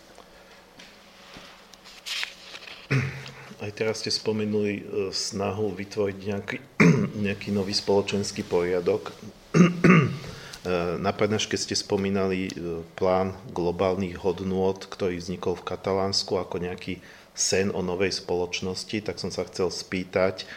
[SPEAKER 1] Aj teraz ste spomenuli snahu vytvoriť nejaký nový spoločenský poriadok. Na prednáške ste spomínali plán globálnych hodnôt, ktorý vznikol v Katalánsku ako nejaký sen o novej spoločnosti, tak som sa chcel spýtať,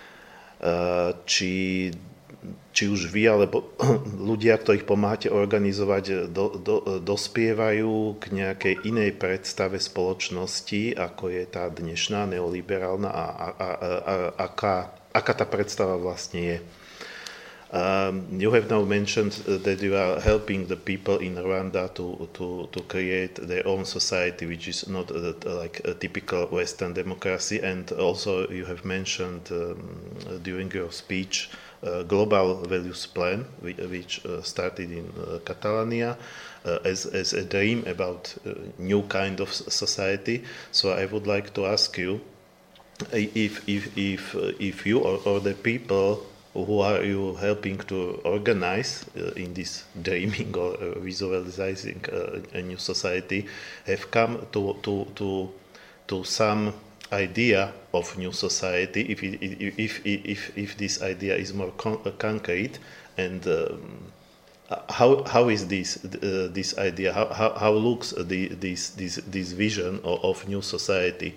[SPEAKER 1] či už vy alebo ľudia, ktorých pomáhate organizovať, dospievajú k nejakej inej predstave spoločnosti, ako je tá dnešná neoliberálna a aká tá predstava vlastne je. You have now mentioned that you are helping the people in Rwanda to create their own society, which is not like a typical Western democracy, and also you have mentioned during your speech global values plan, which started in Catalonia as a dream about new kind of society. So I would like to ask you if you or the people who are you helping to organize in this dreaming or visualizing a new society have come to some idea of new society, if this idea is more concrete, and how is this idea, how looks this vision of new society?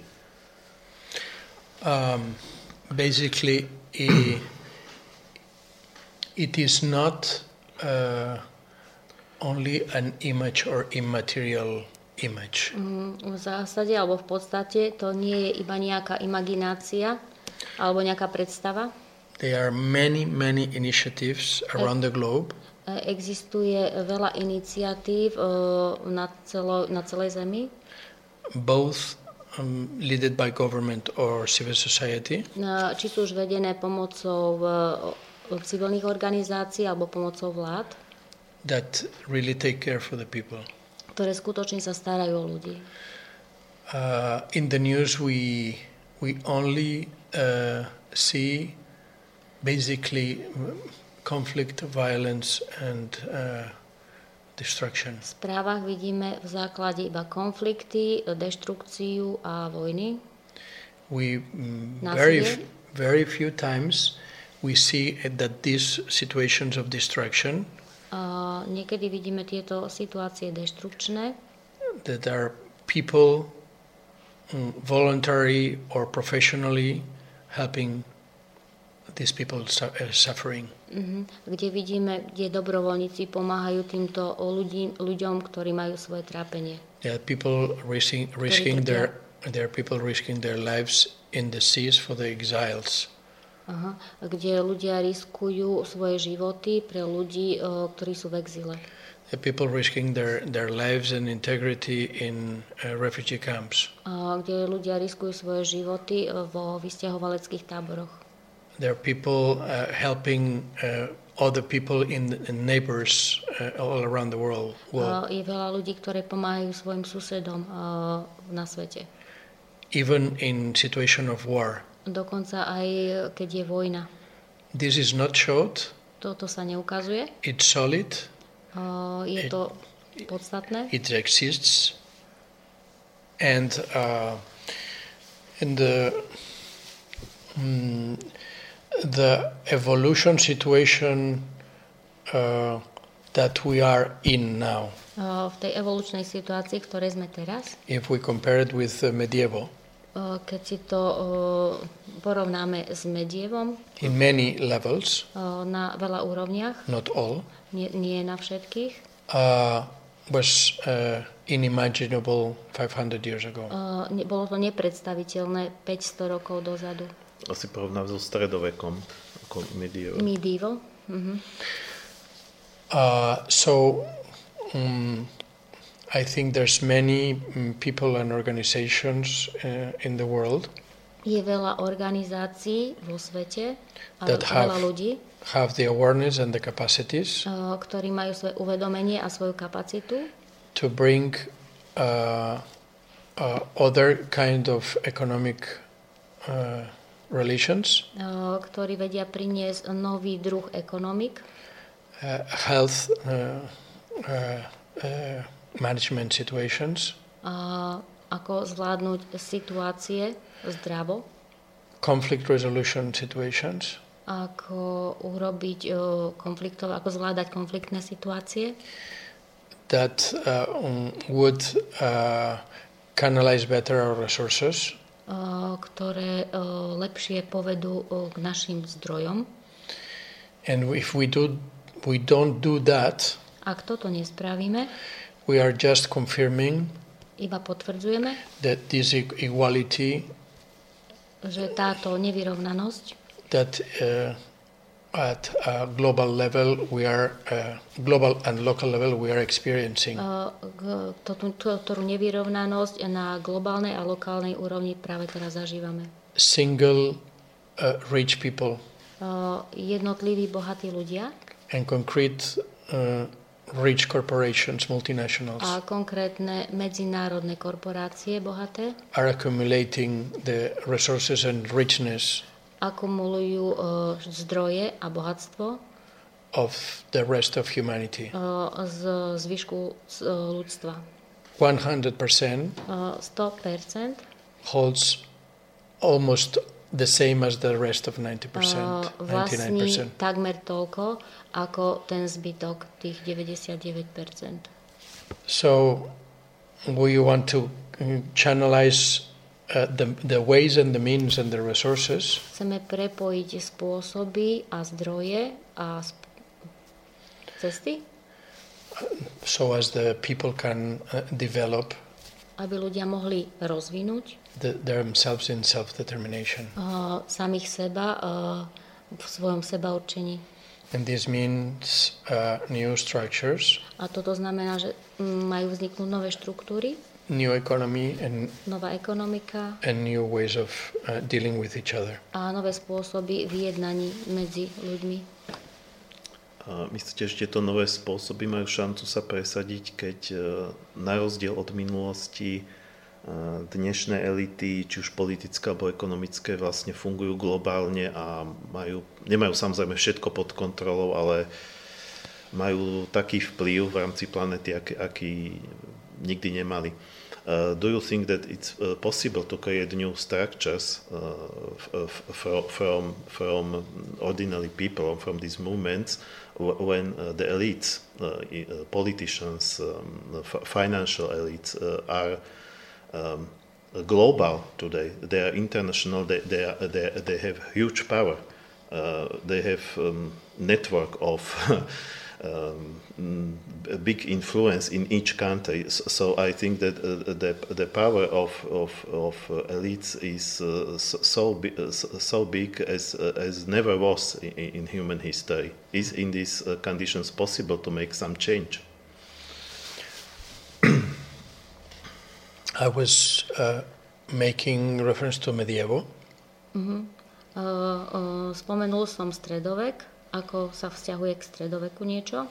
[SPEAKER 3] Basically, it is not only an image or immaterial image.
[SPEAKER 4] V zásade alebo v podstate to nie je iba nejaká imaginácia alebo nejaká predstava.
[SPEAKER 3] There are many initiatives around the globe.
[SPEAKER 4] Existuje veľa iniciatív na celej Zemi.
[SPEAKER 3] Both led by government or civil society.
[SPEAKER 4] Či sú už vedené pomocou civilných organizácií alebo pomocou vlád.
[SPEAKER 3] That really take care for the people.
[SPEAKER 4] Ktoré skutočne sa starajú o ľudí.
[SPEAKER 3] In the news we only see basically conflict, violence, and destruction.
[SPEAKER 4] V správach vidíme v základe iba konflikty, deštrukciu a vojny.
[SPEAKER 3] We
[SPEAKER 4] Násilie.
[SPEAKER 3] very few times we see that these situations of destruction
[SPEAKER 4] Niekedy vidíme tieto situácie deštrukčné,
[SPEAKER 3] that are people voluntarily or professionally helping these people suffering.
[SPEAKER 4] kde vidíme, kde dobrovoľníci pomáhajú týmto ľuďom, ktorí majú svoje trápenie.
[SPEAKER 3] There are people risking their lives in the seas for the exiles.
[SPEAKER 4] Kde ľudia riskujú svoje životy pre ľudí, ktorí sú v exíle.
[SPEAKER 3] The people risking their lives and integrity in refugee camps.
[SPEAKER 4] Kde ľudia riskujú svoje životy vo vysťahovaleckých táboroch.
[SPEAKER 3] There are people helping other people in neighbors all around the world.
[SPEAKER 4] Je veľa ľudí, ktorí pomáhajú svojim susedom na svete.
[SPEAKER 3] Even in situation of war.
[SPEAKER 4] Dokonca aj keď je vojna.
[SPEAKER 3] This is not showed.
[SPEAKER 4] Toto sa neukazuje.
[SPEAKER 3] It's solid.
[SPEAKER 4] Je to podstatné.
[SPEAKER 3] It exists. And in the evolution situation that we are in now.
[SPEAKER 4] V tej evolučnej situácii, v ktorej sme teraz,
[SPEAKER 3] if we compare it with medieval.
[SPEAKER 4] Keď si to porovnáme s medievom,
[SPEAKER 3] in many levels,
[SPEAKER 4] na veľa úrovniach,
[SPEAKER 3] not all,
[SPEAKER 4] nie na všetkých,
[SPEAKER 3] was unimaginable 500 years ago.
[SPEAKER 4] Bolo to nepredstaviteľné 500 rokov dozadu.
[SPEAKER 1] Asi porovnám so stredovekom, ako medieval.
[SPEAKER 4] Medieval.
[SPEAKER 3] I think there's many people and organizations in the world
[SPEAKER 4] je veľa organizácií vo svete a
[SPEAKER 3] that
[SPEAKER 4] veľa ľudí,
[SPEAKER 3] have the awareness and the capacities
[SPEAKER 4] ktorí majú svoje uvedomenie a svoju kapacitu
[SPEAKER 3] to bring other kind of economic relations,
[SPEAKER 4] ktorí vedia priniesť nový druh ekonomik,
[SPEAKER 3] health management situations,
[SPEAKER 4] ako zvládnuť situácie zdravo,
[SPEAKER 3] conflict resolution situations,
[SPEAKER 4] ako urobiť konfliktov, ako zvládať konfliktné situácie,
[SPEAKER 3] that would canalize better our resources,
[SPEAKER 4] ktoré lepšie povedú k našim zdrojom.
[SPEAKER 3] And if we don't do that,
[SPEAKER 4] ak toto nespravíme,
[SPEAKER 3] we are just confirming
[SPEAKER 4] iba potvrdzujeme,
[SPEAKER 3] that this equality,
[SPEAKER 4] že táto nevyrovnanosť,
[SPEAKER 3] that at a global level we are global and local level we are experiencing,
[SPEAKER 4] ktorú nevyrovnanosť na globálnej a lokálnej úrovni práve teraz zažívame.
[SPEAKER 3] Single rich people,
[SPEAKER 4] jednotliví bohatí ľudia
[SPEAKER 3] and concrete rich corporations, multinationals,
[SPEAKER 4] a konkrétne medzinárodné korporácie bohaté
[SPEAKER 3] are accumulating the resources and richness
[SPEAKER 4] akumulujú zdroje a bohatstvo
[SPEAKER 3] of the rest of humanity.
[SPEAKER 4] Z zvyšku ľudstva.
[SPEAKER 3] 100%
[SPEAKER 4] 100%
[SPEAKER 3] holds almost the same as the rest of 90%,
[SPEAKER 4] vlastní
[SPEAKER 3] 99%.
[SPEAKER 4] takmer toľko ako ten zbytok tých 99%.
[SPEAKER 3] So we want to channelize the ways and the means and the resources.
[SPEAKER 4] Chceme prepojiť spôsoby a zdroje a cesty,
[SPEAKER 3] so as the people can develop
[SPEAKER 4] aby ľudia mohli rozvinúť
[SPEAKER 3] themselves in self-determination.
[SPEAKER 4] Samých seba v svojom sebaurčení.
[SPEAKER 3] And this means new structures,
[SPEAKER 4] A toto znamená, že majú vzniknúť nové štruktúry,
[SPEAKER 3] new economy, and
[SPEAKER 4] nová ekonomika
[SPEAKER 3] new ways of dealing with each other.
[SPEAKER 4] a nové spôsoby vyjednaní medzi ľuďmi.
[SPEAKER 1] Myslíte, že tieto nové spôsoby majú šancu sa presadiť, keď na rozdiel od minulosti dnešné elity, či už politické alebo ekonomické, vlastne fungujú globálne a nemajú samozrejme všetko pod kontrolou, ale majú taký vplyv v rámci planety, aký nikdy nemali. Do you think that it's possible to create new structures from ordinary people, from these movements, when the elites, politicians, financial elites are global today? They are international. They have huge power. They have network of big influence in each country. So I think that the power of elites is so big as never was in human history. Is in these conditions possible to make some change?
[SPEAKER 3] I was making reference to medieval.
[SPEAKER 4] Spomenul som stredovek, ako sa vzťahuje k stredoveku niečo.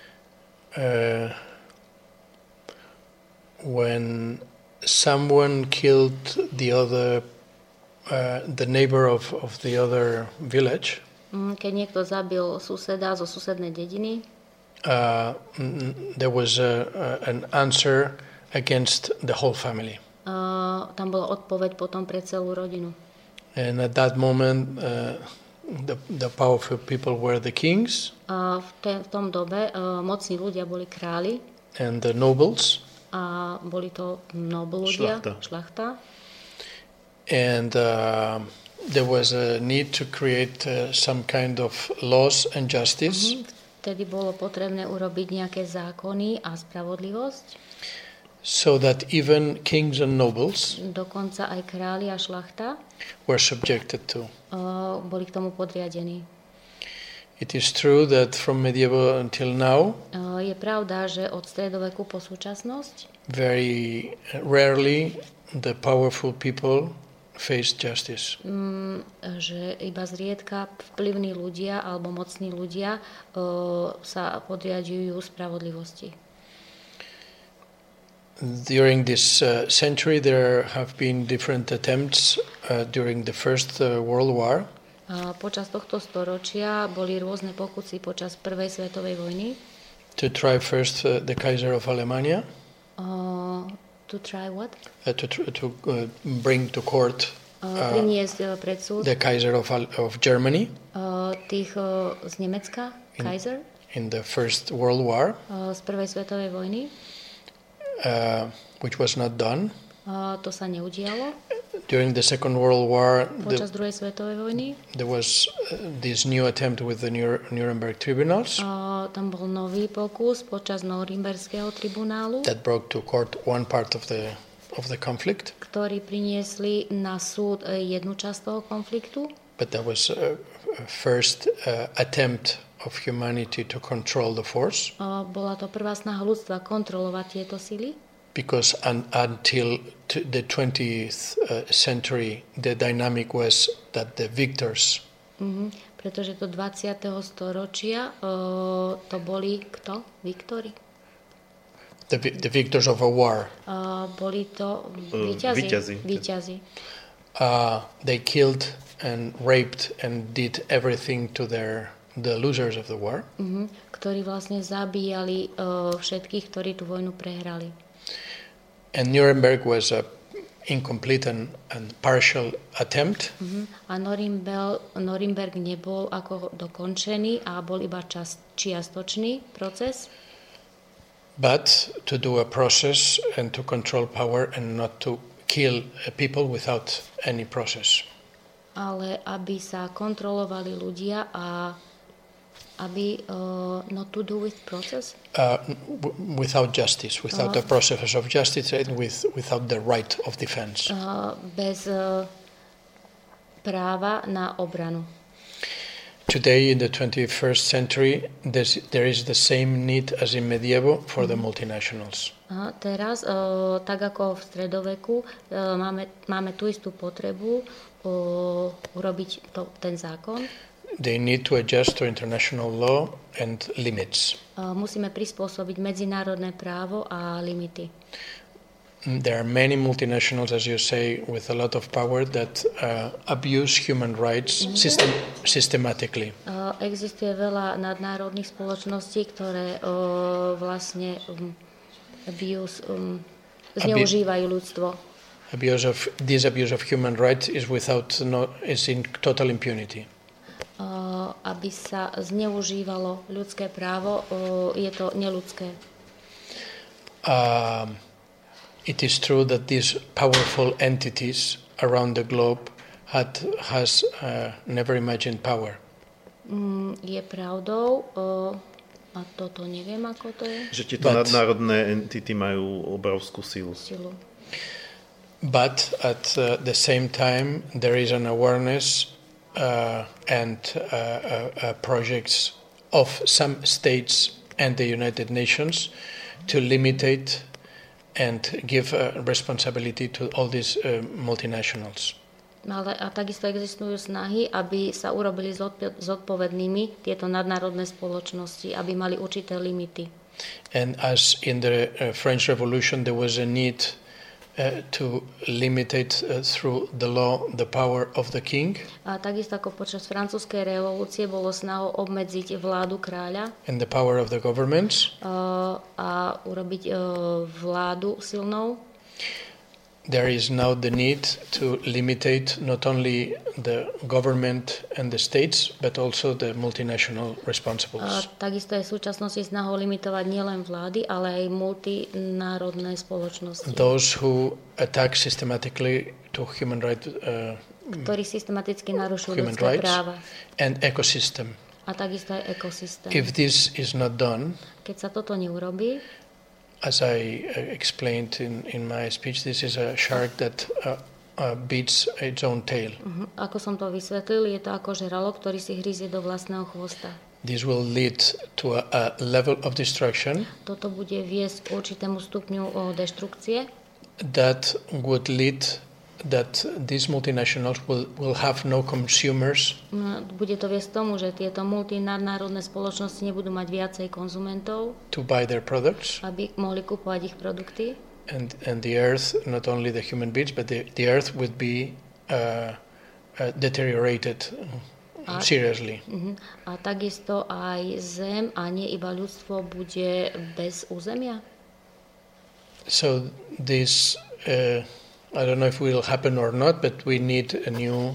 [SPEAKER 3] When someone killed the neighbor of the other village,
[SPEAKER 4] keď niekto zabil suseda zo susednej dediny,
[SPEAKER 3] there was an answer against the whole family.
[SPEAKER 4] Tam bola odpoveď potom pre celú rodinu.
[SPEAKER 3] And at that moment, the powerful people were the kings.
[SPEAKER 4] V tom dobe mocní ľudia boli králi.
[SPEAKER 3] And the nobles.
[SPEAKER 4] A boli to noble ľudia, šľachta.
[SPEAKER 3] And there was a need to create some kind of laws and justice.
[SPEAKER 4] Vtedy bolo potrebné urobiť nejaké zákony a spravodlivosť.
[SPEAKER 3] So that even kings and nobles
[SPEAKER 4] dokonca aj králi a šľachta
[SPEAKER 3] were subjected to.
[SPEAKER 4] Boli k tomu podriadení.
[SPEAKER 3] It is true that from medieval until now,
[SPEAKER 4] je pravda, že od stredoveku po súčasnosť
[SPEAKER 3] very rarely the powerful people face justice.
[SPEAKER 4] Že iba zriedka vplyvní ľudia alebo mocní ľudia sa podriadujú spravodlivosti.
[SPEAKER 3] During this century, there have been different attempts during the First World War.
[SPEAKER 4] Počas tohto storočia boli rôzne pokusy počas Prvej svetovej vojny.
[SPEAKER 3] To try first the Kaiser of Alemania.
[SPEAKER 4] To try what?
[SPEAKER 3] To bring to court
[SPEAKER 4] priniesť pred súd
[SPEAKER 3] the Kaiser of Germany.
[SPEAKER 4] Tých z Nemecka, Kaiser.
[SPEAKER 3] In the First World War.
[SPEAKER 4] Z Prvej svetovej vojny.
[SPEAKER 3] Which was not done.
[SPEAKER 4] To sa neudialo.
[SPEAKER 3] During the Second World War,
[SPEAKER 4] počas druhej svetovej vojny,
[SPEAKER 3] there was this new attempt with the Nuremberg tribunals.
[SPEAKER 4] Tam bol nový pokus počas Norimberského tribunálu.
[SPEAKER 3] That brought to court one part of the conflict.
[SPEAKER 4] Ktorí priniesli na súd jednu časť toho konfliktu.
[SPEAKER 3] But that was first attempt of humanity to control the force.
[SPEAKER 4] Bola to prvá snaha ľudstva kontrolovať tieto sily.
[SPEAKER 3] Because until the 20th century, the dynamic was that the victors.
[SPEAKER 4] Pretože do 20. storočia to boli kto? Viktori?
[SPEAKER 3] The victors of a war.
[SPEAKER 4] Boli to víťazi.
[SPEAKER 3] They killed and raped and did everything to the losers of the war.
[SPEAKER 4] Ktorí vlastne zabíjali všetkých, ktorí tú vojnu prehrali.
[SPEAKER 3] And Nuremberg was a incomplete and partial attempt.
[SPEAKER 4] A Norimberg nebol ako dokončený a bol iba čiastočný proces.
[SPEAKER 3] But to do a process and to control power and not to kill people without any process.
[SPEAKER 4] Ale aby sa kontrolovali ľudia a aby not to do with process?
[SPEAKER 3] Without justice, without the process of justice and without the right of defense.
[SPEAKER 4] Bez práva na obranu.
[SPEAKER 3] Today in the 21st century, there is the same need as in medieval for the multinationals.
[SPEAKER 4] Teraz, tak ako v stredoveku, máme tú istú potrebu urobiť ten zákon.
[SPEAKER 3] They need to adjust to international law and limits.
[SPEAKER 4] Musíme prispôsobiť medzinárodné právo a limity.
[SPEAKER 3] there are many multinationals, as you say, with a lot of power that abuse human rights systematically.
[SPEAKER 4] Existuje veľa nadnárodných spoločností, ktoré vlastne zneužívajú ľudstvo.
[SPEAKER 3] This abuse of human rights is in total impunity.
[SPEAKER 4] Aby sa zneužívalo ľudské právo, je to neľudské.
[SPEAKER 3] It is true that these powerful entities around the globe has never imagined power.
[SPEAKER 4] Je pravdou, a toto neviem, ako to je.
[SPEAKER 1] Že tieto nadnárodné entity majú obrovskú silu.
[SPEAKER 3] But at the same time, there is an awareness and projects of some states and the United Nations to limit and give responsibility to all these multinationals.
[SPEAKER 4] Ale a takisto existujú snahy, aby sa urobili zodpovednými tieto nadnárodné spoločnosti, aby mali určité limity.
[SPEAKER 3] And as in the French Revolution there was a need to limit through the law the power of the king.
[SPEAKER 4] A takisto ako počas francúzskej revolúcie bolo snahou obmedziť vládu kráľa
[SPEAKER 3] and the power of the governments.
[SPEAKER 4] A urobiť vládu silnou.
[SPEAKER 3] There is now the need to limit not only the government and the states, but also the multinational responsibles.
[SPEAKER 4] Takisto je v súčasnosti snahou limitovať nielen vlády, ale aj multinárodné spoločnosti.
[SPEAKER 3] Those who attack systematically to human rights,
[SPEAKER 4] ktorí systematicky narušujú ľudské práva.
[SPEAKER 3] And ecosystem.
[SPEAKER 4] A takisto aj ekosystém.
[SPEAKER 3] If this is not done,
[SPEAKER 4] keď sa toto neurobí,
[SPEAKER 3] as I explained in my speech, this is a shark that beats its own tail.
[SPEAKER 4] Ako som to vysvetlil, je to ako žralok, ktorý si hryzie do vlastného chvosta.
[SPEAKER 3] This will lead to a level of destruction.
[SPEAKER 4] Toto bude viesť k určitému stupňu deštrukcie.
[SPEAKER 3] That would lead that these multinationals will have no consumers.
[SPEAKER 4] Bude to viesť tomu, že tieto multinadnárodné spoločnosti nebudú mať viacej konzumentov,
[SPEAKER 3] to buy their products,
[SPEAKER 4] aby mohli kupovať ich produkty.
[SPEAKER 3] And the earth, not only the human beings, but the earth would be deteriorated seriously.
[SPEAKER 4] A takisto aj zem a nie iba ľudstvo bude bez územia.
[SPEAKER 3] So this I don't know if it will happen or not, but we need a new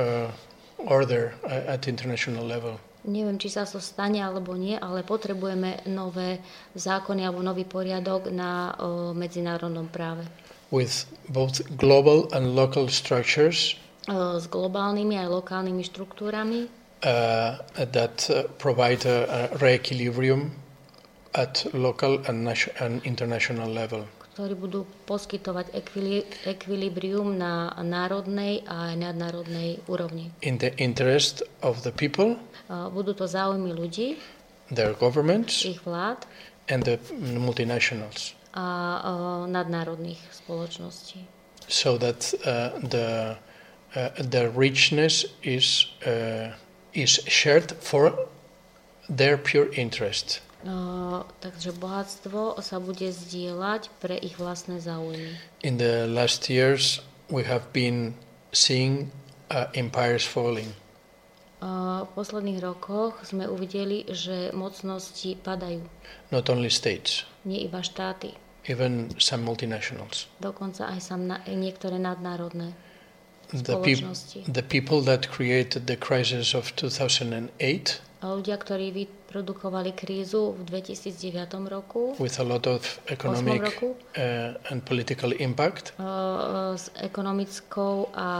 [SPEAKER 3] order at international level.
[SPEAKER 4] Neviem, či sa to stane alebo nie, ale potrebujeme nové zákony alebo nový poriadok na medzinárodnom práve.
[SPEAKER 3] With both global and local structures.
[SPEAKER 4] S globálnymi aj lokálnymi štruktúrami.
[SPEAKER 3] That provide a re-equilibrium at local and international level.
[SPEAKER 4] Ktorí budú poskytovať ekvilibrium na národnej a nadnárodnej úrovni.
[SPEAKER 3] In the interest of the people,
[SPEAKER 4] budú to záujmy ľudí,
[SPEAKER 3] their governments,
[SPEAKER 4] ich vlád
[SPEAKER 3] and the multinationals.
[SPEAKER 4] A nadnárodných spoločností.
[SPEAKER 3] So that the richness is shared for their pure interest.
[SPEAKER 4] Takže bohatstvo sa bude zdieľať pre ich vlastné záujmy.
[SPEAKER 3] In the last years we have been seeing empires falling.
[SPEAKER 4] V posledných rokoch sme uvideli, že mocnosti padajú.
[SPEAKER 3] Not only states.
[SPEAKER 4] Nie iba štáty.
[SPEAKER 3] Even some multinationals.
[SPEAKER 4] Dokonca aj niektoré nadnárodné spoločnosti.
[SPEAKER 3] The people that created the crisis of 2008.
[SPEAKER 4] A ľudia, ktorí vyprodukovali krízu v 2009 roku,
[SPEAKER 3] with a lot of economic and political impact,
[SPEAKER 4] s ekonomickou a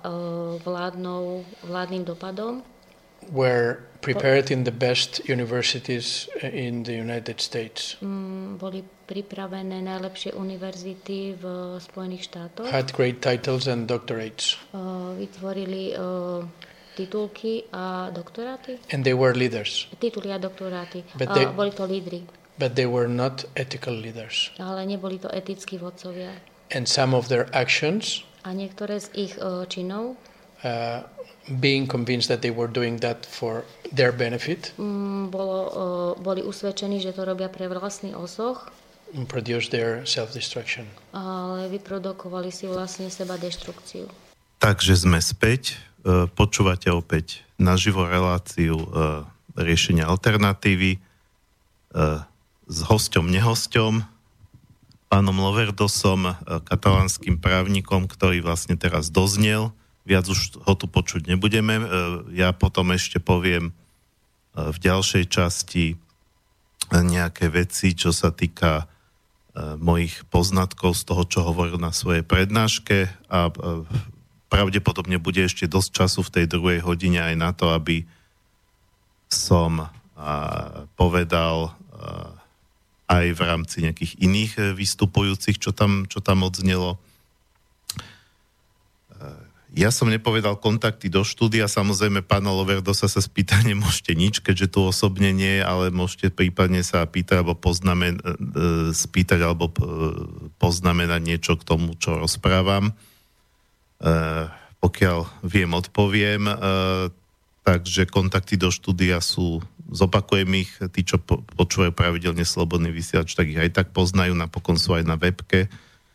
[SPEAKER 4] vládnym dopadom,
[SPEAKER 3] were prepared in the best universities in the United States.
[SPEAKER 4] Boli pripravené najlepšie univerzity v Spojených štátoch.
[SPEAKER 3] Had great titles and doctorates.
[SPEAKER 4] Vytvorili titulky a doktoráty.
[SPEAKER 3] And they were leaders.
[SPEAKER 4] Tituly a doktoráty. Boli to lídri.
[SPEAKER 3] But they were not ethical leaders.
[SPEAKER 4] Ale neboli to etickí vodcovia.
[SPEAKER 3] And some of their actions,
[SPEAKER 4] a niektoré z ich činov,
[SPEAKER 3] being convinced that they were doing that for their benefit,
[SPEAKER 4] boli usvedčení, že to robia pre vlastný osoch,
[SPEAKER 3] produce their self-destruction.
[SPEAKER 4] Ale vyprodukovali si vlastne seba deštrukciu.
[SPEAKER 1] Takže sme späť. Počúvate opäť naživo reláciu riešenia alternatívy s hosťom, nehosťom, pánom Loverdosom, katalánskym právnikom, ktorý vlastne teraz doznel. Viac už ho tu počuť nebudeme. Ja potom ešte poviem v ďalšej časti nejaké veci, čo sa týka mojich poznatkov z toho, čo hovoril na svojej prednáške a pravdepodobne bude ešte dosť času v tej druhej hodine aj na to, aby som povedal aj v rámci nejakých iných vystupujúcich, čo tam odznelo. Ja som nepovedal kontakty do štúdia, samozrejme pána Loverdosa sa spýta, nemôžete nič, keďže tu osobne nie, ale môžete prípadne sa pýtať alebo spýtať alebo poznamenať niečo k tomu, čo rozprávam. Pokiaľ viem, odpoviem. Takže kontakty do štúdia sú, zopakujem ich, tí, čo počúvajú pravidelne Slobodný vysielač, tak ich aj tak poznajú, napokon sú aj na webke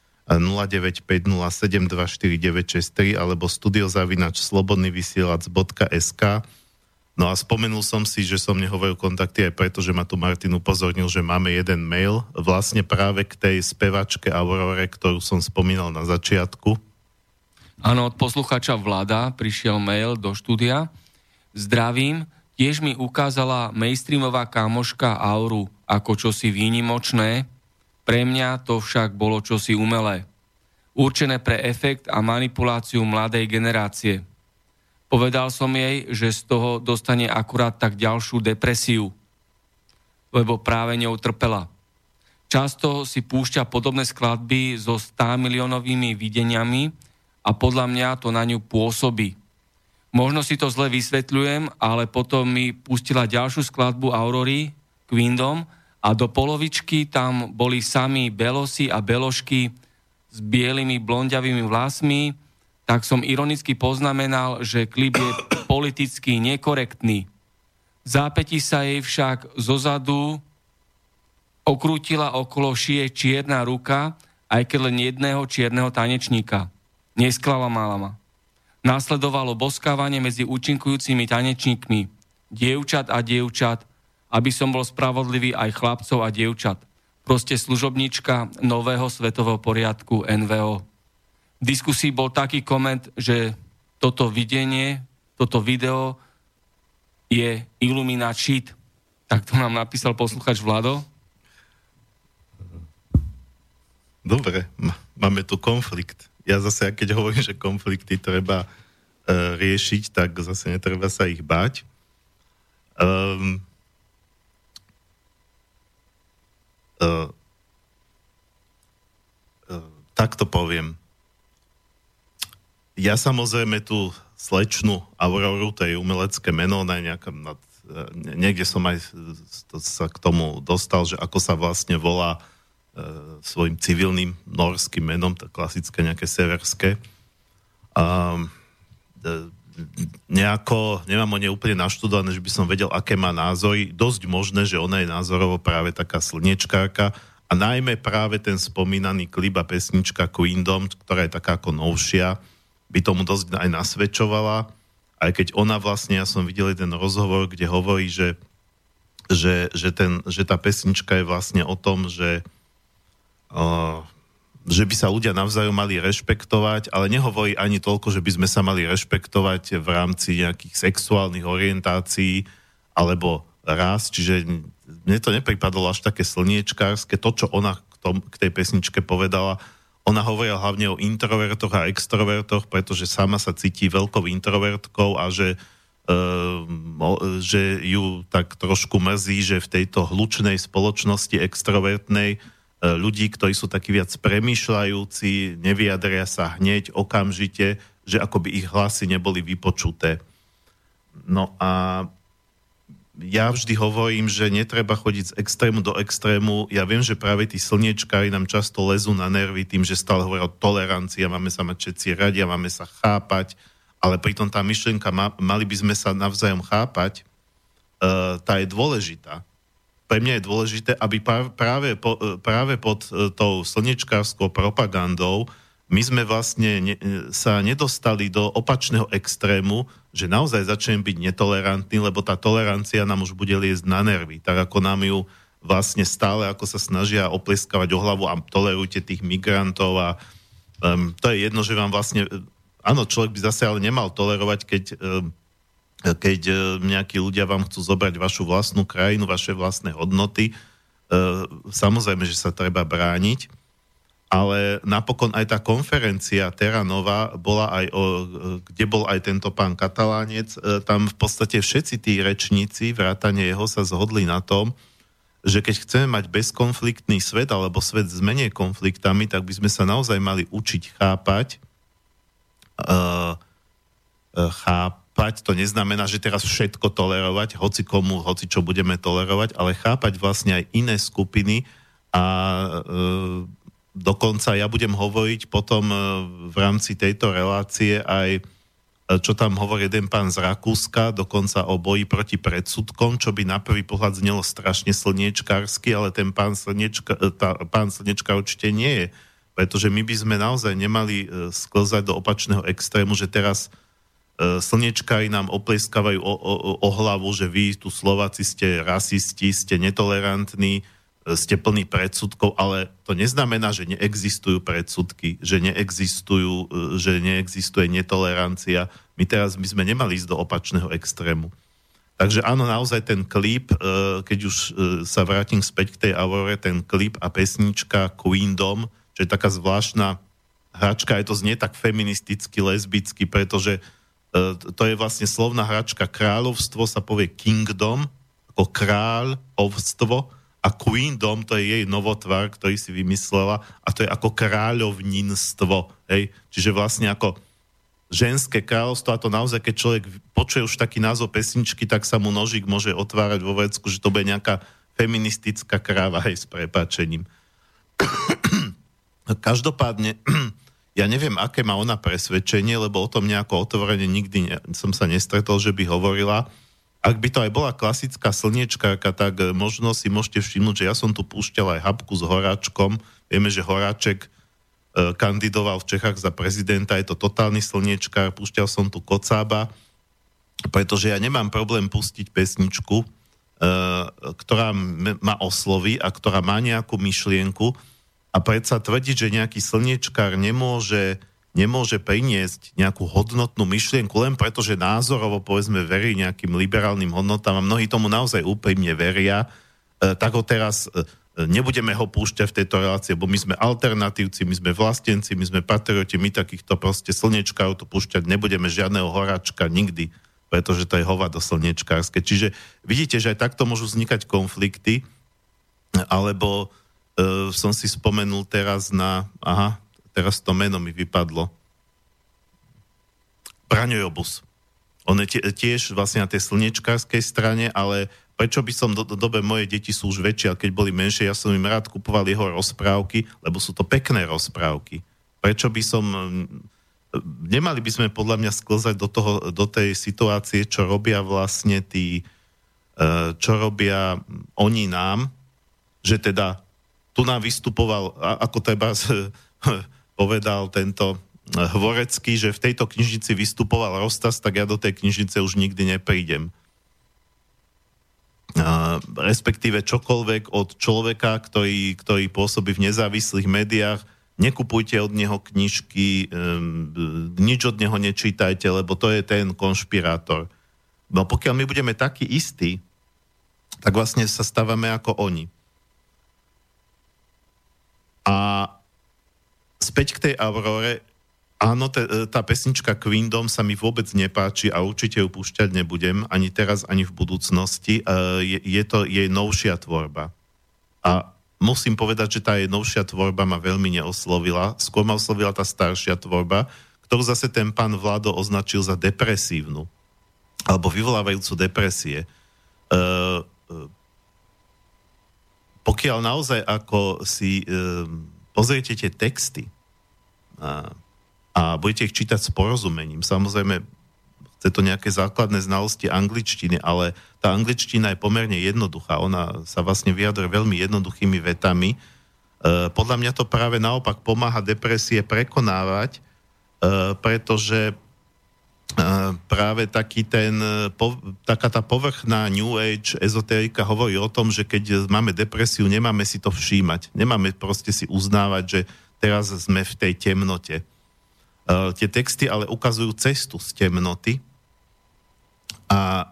[SPEAKER 1] 0950724963 alebo studio@slobodnyvysielac.sk. No a spomenul som si, že som nehovoril kontakty aj preto, že ma tu Martin upozornil, že máme jeden mail vlastne práve k tej spevačke Aurore, ktorú som spomínal na začiatku.
[SPEAKER 2] Áno, od poslucháča Vlada prišiel mail do štúdia. Zdravím, tiež mi ukázala mainstreamová kamoška Auru ako čosi výnimočné. Pre mňa to však bolo čosi umelé. Určené pre efekt a manipuláciu mladej generácie. Povedal som jej, že z toho dostane akurát tak ďalšiu depresiu, lebo práve ňou trpela. Často si púšťa podobné skladby so 100 miliónovými videniami a podľa mňa to na ňu pôsobí. Možno si to zle vysvetľujem, ale potom mi pustila ďalšiu skladbu Aurory, Queendom, a do polovičky tam boli sami belosi a beložky s bielými blondiavými vlasmi, tak som ironicky poznamenal, že klip je politicky nekorektný. V zápätí sa jej však zozadu okrútila okolo šie čierna ruka, aj keď len jedného čierneho tanečníka. Nesklamala ma. Nasledovalo boskávanie medzi účinkujúcimi tanečníkmi, dievčat a dievčat, aby som bol spravodlivý aj chlapcov a dievčat. Proste služobníčka nového svetového poriadku NVO. V diskusii bol taký koment, že toto video je Illuminati shit. Tak to nám napísal posluchač Vlado.
[SPEAKER 1] Dobre, máme tu konflikt. Ja zase, keď hovorím, že konflikty treba riešiť, tak zase netreba sa ich báť. Tak to poviem. Ja samozrejme tú slečnu Auroru, to je umelecké meno, niekde som aj sa k tomu dostal, že ako sa vlastne volá svojim civilným norským menom, to klasické nejaké severské. Nemám o nej úplne naštudované, že by som vedel, aké má názory. Dosť možné, že ona je názorovo práve taká slniečkárka a najmä práve ten spomínaný klip a pesnička Queendom, ktorá je taká ako novšia, by tomu dosť aj nasvedčovala. Aj keď ona vlastne, ja som videl jeden rozhovor, kde hovorí, že tá pesnička je vlastne o tom, že by sa ľudia navzájom mali rešpektovať, ale nehovorí ani toľko, že by sme sa mali rešpektovať v rámci nejakých sexuálnych orientácií alebo rás, čiže mne to nepripadalo až také slniečkárske. To, čo ona k tej pesničke povedala, ona hovorila hlavne o introvertoch a extrovertoch, pretože sama sa cíti veľkou introvertkou a že ju tak trošku mrzí, že v tejto hlučnej spoločnosti extrovertnej ľudí, ktorí sú takí viac premýšľajúci, nevyjadria sa hneď, okamžite, že akoby ich hlasy neboli vypočuté. No a ja vždy hovorím, že netreba chodiť z extrému do extrému. Ja viem, že práve tí slniečkári nám často lezú na nervy tým, že stále hovoria o tolerancii, máme sa mať všetci radi, máme sa chápať, ale pritom tá myšlienka, mali by sme sa navzájom chápať, tá je dôležitá. pre mňa je dôležité, aby práve pod tou slnečkárskou propagandou my sme vlastne sa nedostali do opačného extrému, že naozaj začneme byť netolerantní, lebo tá tolerancia nám už bude liesť na nervy. Tak ako nám ju vlastne stále, ako sa snažia oplieskavať o hlavu a tolerujte tých migrantov a to je jedno, že vám vlastne, áno, človek by zase ale nemal tolerovať, keď nejakí ľudia vám chcú zobrať vašu vlastnú krajinu, vaše vlastné hodnoty. Samozrejme, že sa treba brániť, ale napokon aj tá konferencia Terra Nova bola aj kde bol aj tento pán Katalánec, tam v podstate všetci tí rečníci, vrátane jeho, sa zhodli na tom, že keď chceme mať bezkonfliktný svet, alebo svet s menej konfliktami, tak by sme sa naozaj mali učiť chápať. To neznamená, že teraz všetko tolerovať, hoci komu, hoci čo budeme tolerovať, ale chápať vlastne aj iné skupiny a dokonca ja budem hovoriť potom v rámci tejto relácie aj čo tam hovorí jeden pán z Rakúska, dokonca o boji proti predsudkom, čo by na prvý pohľad znelo strašne slniečkársky, ale ten pán Slniečka určite nie je. Pretože my by sme naozaj nemali sklzať do opačného extrému, že teraz slniečkári nám oplieskávajú o hlavu, že vy tu Slováci ste rasisti, ste netolerantní, ste plní predsudkov, ale to neznamená, že neexistujú predsudky, že neexistuje netolerancia. My sme nemali ísť do opačného extrému. Takže áno, naozaj ten klip, keď už sa vrátim späť k tej Aurore, ten klip a pesnička Queendom, čo je taká zvláštna hračka, aj to znie tak feministicky, lesbicky, pretože to je vlastne slovná hračka. Kráľovstvo sa povie kingdom, ako kráľovstvo, a queendom, to je jej novotvar, ktorý si vymyslela, a to je ako kráľovníctvo. Hej? Čiže vlastne ako ženské kráľovstvo, a to naozaj, keď človek počuje už taký názov pesničky, tak sa mu nožík môže otvárať vo vecku, že to bude nejaká feministická kráva, hej, s prepáčením. Každopádne, ja neviem, aké má ona presvedčenie, lebo o tom nejako otvorene nikdy som sa nestretol, že by hovorila. Ak by to aj bola klasická slniečkárka, tak možno si môžete všimnúť, že ja som tu púšťal aj Habku s Horáčkom. Vieme, že Horáček kandidoval v Čechách za prezidenta, je to totálny slniečkár. Púšťal som tu Kocába, pretože ja nemám problém pustiť pesničku, ktorá ma osloví a ktorá má nejakú myšlienku. A predsa tvrdiť, že nejaký slniečkár nemôže priniesť nejakú hodnotnú myšlienku len preto, že názorovo, povedzme, verí nejakým liberálnym hodnotám a mnohí tomu naozaj úprimne veria, tak ho teraz nebudeme ho púšťať v tejto relácii, bo my sme alternatívci, my sme vlastenci, my sme patrioti, my takýchto proste slniečkárov to púšťať nebudeme, žiadneho Horáčka nikdy, pretože to je hovado slniečkárske. Čiže vidíte, že aj takto môžu vznikať konflikty, alebo som si spomenul teraz teraz to meno mi vypadlo. Braňojobus. On je tiež vlastne na tej slniečkárskej strane, ale prečo by som do dobe moje deti sú už väčšie, a keď boli menšie, ja som im rád kupoval jeho rozprávky, lebo sú to pekné rozprávky. Prečo by som... Nemali by sme podľa mňa sklzať do tej situácie, čo robia vlastne čo robia oni nám, že teda tu nám vystupoval, ako treba povedal tento Hvorecký, že v tejto knižnici vystupoval Rostas, tak ja do tej knižnice už nikdy neprídem. Respektíve čokoľvek od človeka, ktorý pôsobí v nezávislých médiách, nekupujte od neho knižky, nič od neho nečítajte, lebo to je ten konšpirátor. No pokiaľ my budeme takí istí, tak vlastne sa stávame ako oni. A späť k tej Aurore, áno, tá pesnička Queendom sa mi vôbec nepáči a určite ju púšťať nebudem, ani teraz, ani v budúcnosti. Je to jej novšia tvorba. A musím povedať, že tá jej novšia tvorba ma veľmi neoslovila. Skôr ma oslovila tá staršia tvorba, ktorú zase ten pán Vlado označil za depresívnu. Alebo vyvolávajúcu depresie. Pokiaľ naozaj ako si pozriete tie texty a budete ich čítať s porozumením, samozrejme chce to nejaké základné znalosti angličtiny, ale tá angličtina je pomerne jednoduchá. Ona sa vlastne vyjadruje veľmi jednoduchými vetami. Podľa mňa to práve naopak pomáha depresie prekonávať, pretože práve taká tá povrchná New Age ezoterika hovorí o tom, že keď máme depresiu, nemáme si to všímať. Nemáme proste si uznávať, že teraz sme v tej temnote. Tie texty ale ukazujú cestu z temnoty a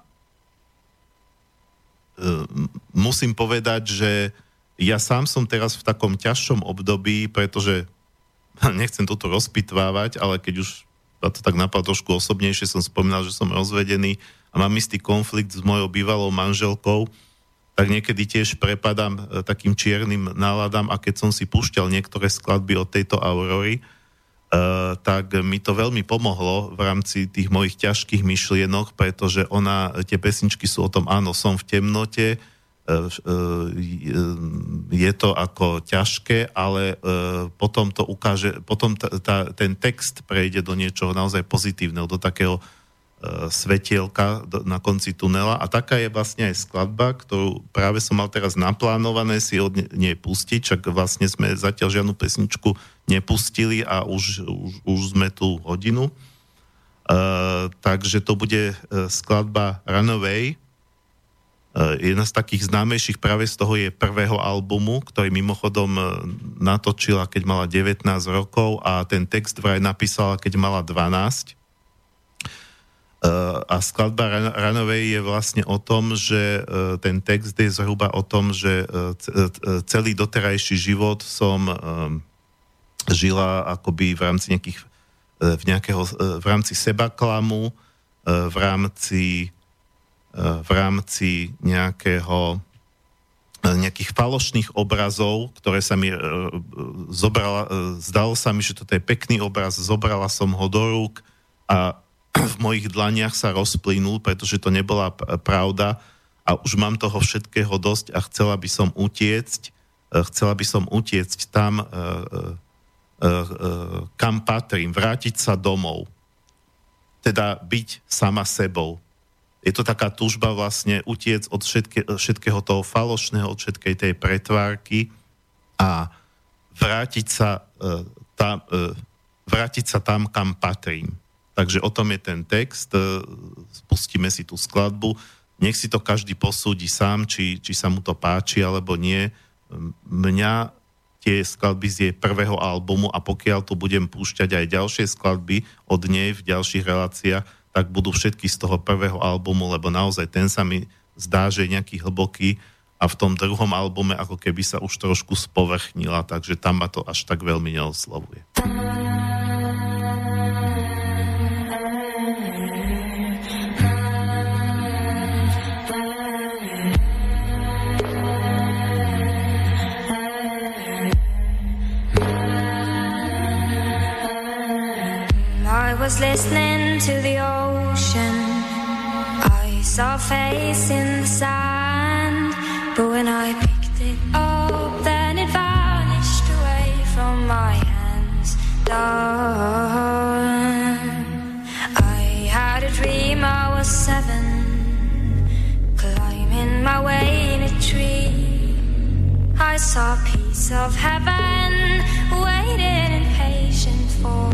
[SPEAKER 1] musím povedať, že ja sám som teraz v takom ťažšom období, pretože nechcem toto rozpitvávať, ale keď už to tak napadlo trošku osobnejšie, som spomínal, že som rozvedený a mám istý konflikt s mojou bývalou manželkou, tak niekedy tiež prepadám takým čiernym náladám a keď som si púšťal niektoré skladby od tejto Aurory, tak mi to veľmi pomohlo v rámci tých mojich ťažkých myšlienok, pretože tie pesničky sú o tom, áno, som v temnote, je to ako ťažké, ale potom to ukáže, potom ten text prejde do niečoho naozaj pozitívneho, do takého svetielka na konci tunela a taká je vlastne aj skladba, ktorú práve som mal teraz naplánované si od nej pustiť, čak vlastne sme zatiaľ žiadnu pesničku nepustili a už sme tu hodinu. Takže to bude skladba Runaway. Jedna z takých známejších práve z toho je prvého albumu, ktorý mimochodom natočila, keď mala 19 rokov a ten text vraj napísala, keď mala 12. A skladba Runaway je vlastne o tom, že ten text je zhruba o tom, že celý doterajší život som žila akoby v rámci v rámci sebaklamu, v rámci nejakých falošných obrazov, ktoré sa mi zdalo sa mi, že toto je pekný obraz, zobrala som ho do rúk a v mojich dlaniach sa rozplynul, pretože to nebola pravda a už mám toho všetkého dosť a chcela by som utiecť tam, kam patrím, vrátiť sa domov. Teda byť sama sebou. Je to taká túžba vlastne utiec od všetkého toho falošného, od všetkej tej pretvárky a vrátiť sa tam, kam patrím. Takže o tom je ten text, spustíme si tú skladbu, nech si to každý posúdi sám, či sa mu to páči alebo nie. Mňa tie skladby z jej prvého albumu a pokiaľ tu budem púšťať aj ďalšie skladby od nej v ďalších reláciách, tak budú všetky z toho prvého albumu, lebo naozaj ten sa mi zdá, že je nejaký hlboký a v tom druhom albume ako keby sa už trošku spovrchnila, takže tam ma to až tak veľmi neoslovuje.
[SPEAKER 5] I was listening to the ocean. I saw a face in the sand, but when I picked it up, then it vanished away from my hands. I had a dream I was 7, climbing my way in a tree. I saw a piece of heaven waiting and patient for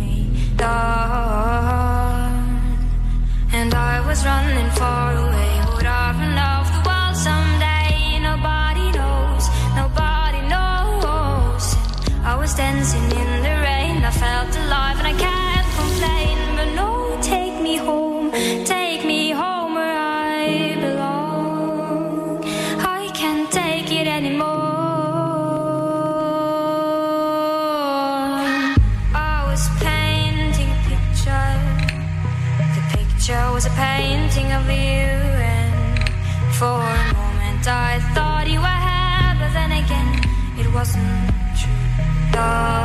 [SPEAKER 5] and I was running far away. Would I run off the world someday? Nobody knows, nobody knows. I was dancing in the rain, I felt alive and I can't complain. But no, take me home where I belong. I can't take it anymore. Was a painting of you, and for a moment I thought you were here, but then again it wasn't true.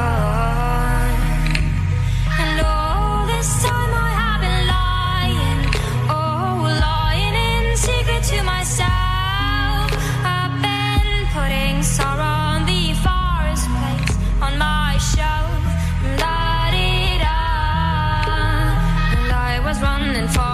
[SPEAKER 5] And all this time I have been lying in secret to myself. I've been putting sorrow on the forest place on my shelf. And I was running for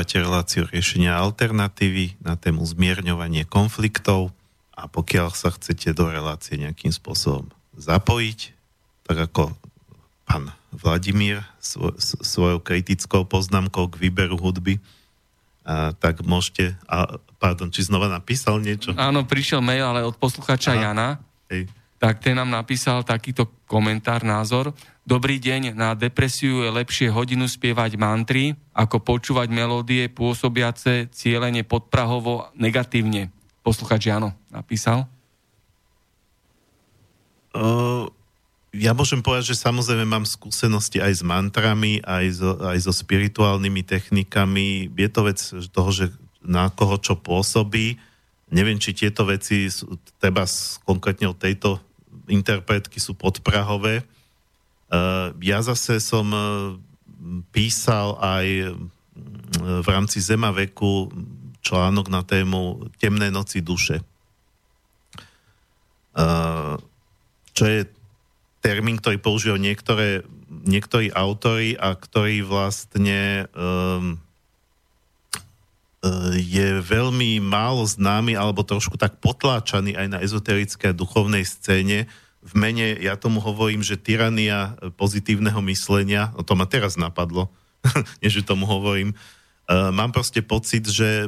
[SPEAKER 1] Počúvate reláciu riešenia alternatívy na tému zmierňovanie konfliktov a pokiaľ sa chcete do relácie nejakým spôsobom zapojiť, tak ako pán Vladimír svojou kritickou poznámkou k výberu hudby, tak môžete... Pardon, či znova napísal niečo?
[SPEAKER 2] Áno, prišiel mail, ale od posluchača Jana.
[SPEAKER 1] Hej.
[SPEAKER 2] Tak ten nám napísal takýto komentár, názor. Dobrý deň, na depresiu je lepšie hodinu spievať mantry, ako počúvať melódie pôsobiace cielene podprahovo negatívne. Posluchač Jano napísal.
[SPEAKER 1] Ja môžem povedať, že samozrejme mám skúsenosti aj s mantrami, aj so spirituálnymi technikami. Je to vec toho, že na koho čo pôsobí. Neviem, či tieto veci treba konkrétne od tejto interpretky sú podprahové. Ja zase som písal aj v rámci Zema veku článok na tému Temné noci duše. Čo je termín, ktorý používajú niektorí autori a ktorý vlastne je veľmi málo známy alebo trošku tak potláčaný aj na ezoterickej a duchovnej scéne. V mene, ja tomu hovorím, že tyrania pozitívneho myslenia, to ma teraz napadlo, než tomu hovorím. Mám proste pocit, že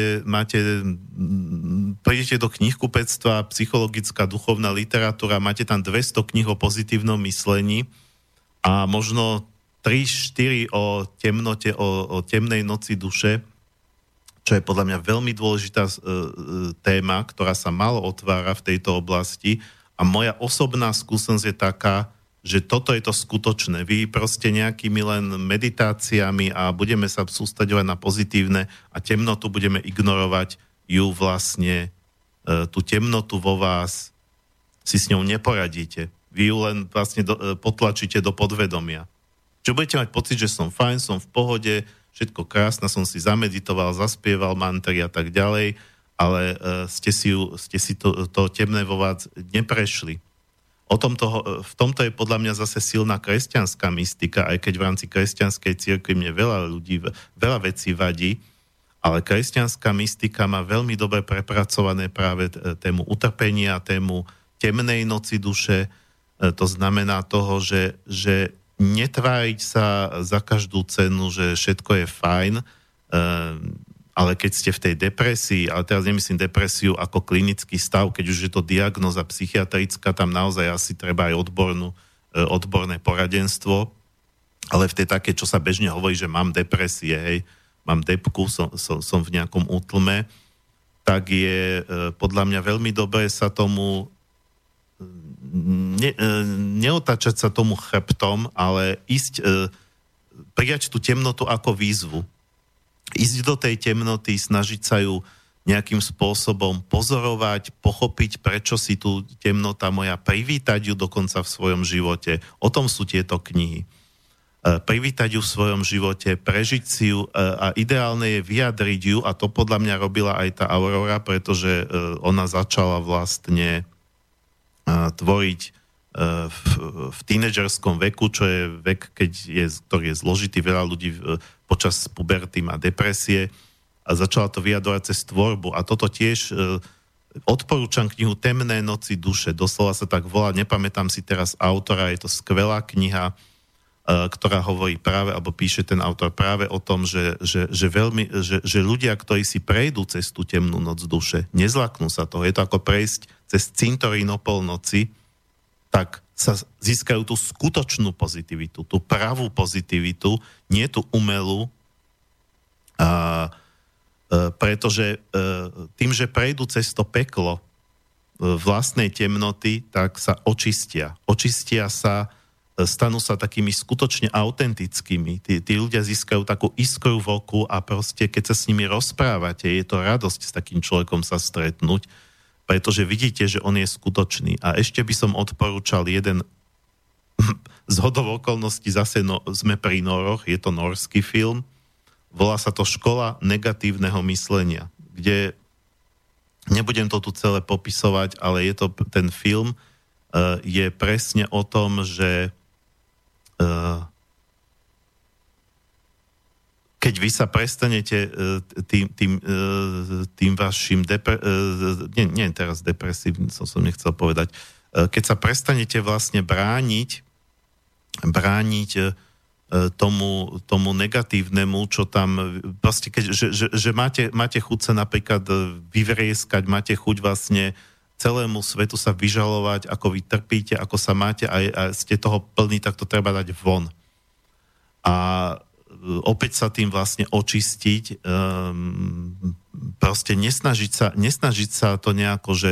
[SPEAKER 1] prídete do knihkupectva, psychologická duchovná literatúra, máte tam 200 kníh o pozitívnom myslení a možno 3-4 o temnote, o temnej noci duše, čo je podľa mňa veľmi dôležitá téma, ktorá sa málo otvára v tejto oblasti. A moja osobná skúsenosť je taká, že toto je to skutočné. Vy proste nejakými len meditáciami a budeme sa sústreďovať na pozitívne a temnotu budeme ignorovať, ju vlastne, tú temnotu vo vás, si s ňou neporadíte. Vy ju len vlastne potlačíte do podvedomia. Čo budete mať pocit, že som fajn, som v pohode, všetko krásne, som si zameditoval, zaspieval mantry a tak ďalej, ale ste si to temné vo vás neprešli. V tomto je podľa mňa zase silná kresťanská mystika, aj keď v rámci kresťanskej cirkvi mne veľa vecí vadí, ale kresťanská mystika má veľmi dobre prepracované práve tému utrpenia, tému temnej noci duše, to znamená toho, že netváriť sa za každú cenu, že všetko je fajn, ale keď ste v tej depresii, ale teraz nemyslím depresiu ako klinický stav, keď už je to diagnóza psychiatrická, tam naozaj asi treba aj odborné poradenstvo, ale v tej také, čo sa bežne hovorí, že mám depresie, hej, mám depku, som v nejakom útlme, tak je podľa mňa veľmi dobré sa tomu neotáčať sa tomu chrbtom, ale prijať tú temnotu ako výzvu. Ísť do tej temnoty, snažiť sa ju nejakým spôsobom pozorovať, pochopiť, prečo si tu temnota moja, privítať ju dokonca v svojom živote. O tom sú tieto knihy. Privítať ju v svojom živote, prežiť si ju a ideálne je vyjadriť ju, a to podľa mňa robila aj tá Aurora, pretože ona začala vlastne tvoriť v tínedžerskom veku, čo je vek, ktorý je zložitý, veľa ľudí počas puberty má depresie a začala to vyjadrovať cez tvorbu. A toto tiež odporúčam knihu Temné noci duše. Doslova sa tak volá, nepamätám si teraz autora, je to skvelá kniha, ktorá hovorí práve, alebo píše ten autor práve o tom, že ľudia, ktorí si prejdú cez tú temnú noc duše, nezlaknú sa toho. Je to ako prejsť cez cintorín o polnoci, tak sa získajú tú skutočnú pozitivitu, tú pravú pozitivitu, nie tú umelú, pretože tým, že prejdú cez to peklo vlastnej temnoty, tak sa očistia. Očistia sa, stanú sa takými skutočne autentickými. Tí ľudia získajú takú iskru v oku a proste, keď sa s nimi rozprávate, je to radosť s takým človekom sa stretnúť, pretože vidíte, že on je skutočný. A ešte by som odporúčal jeden zhodou okolností, zase sme pri Noroch, je to norský film, volá sa to Škola negatívneho myslenia, kde, nebudem to tu celé popisovať, ale je to, ten film je presne o tom, že keď keď vy sa prestanete tým vašim nie teraz depresívnym, som nechcel povedať, keď sa prestanete vlastne brániť tomu negatívnemu, čo tam proste, že máte chuť sa napríklad vyvrieskať, máte chuť vlastne celému svetu sa vyžalovať, ako vy trpíte, ako sa máte a ste toho plní, tak to treba dať von. A opäť sa tým vlastne očistiť, proste nesnažiť sa to nejako, že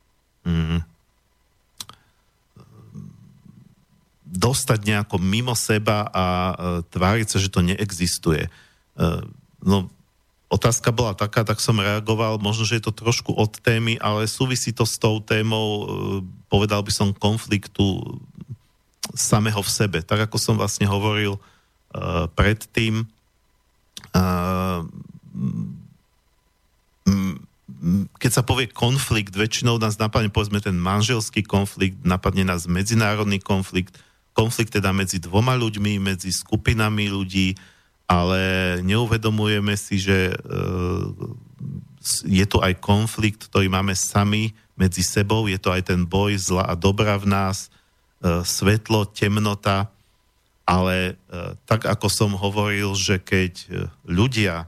[SPEAKER 1] dostať nejako mimo seba a tváriť sa, že to neexistuje. No, otázka bola taká, tak som reagoval, možno, že je to trošku od témy, ale súvisí to s tou témou, povedal by som, konfliktu samého v sebe. Tak, ako som vlastne hovoril predtým, keď sa povie konflikt, väčšinou nás napadne, povedzme, ten manželský konflikt, napadne nás medzinárodný konflikt teda medzi dvoma ľuďmi, medzi skupinami ľudí, ale neuvedomujeme si, že je tu aj konflikt, ktorý máme sami medzi sebou, je to aj ten boj zla a dobra v nás, svetlo, temnota, ale tak, ako som hovoril, že keď ľudia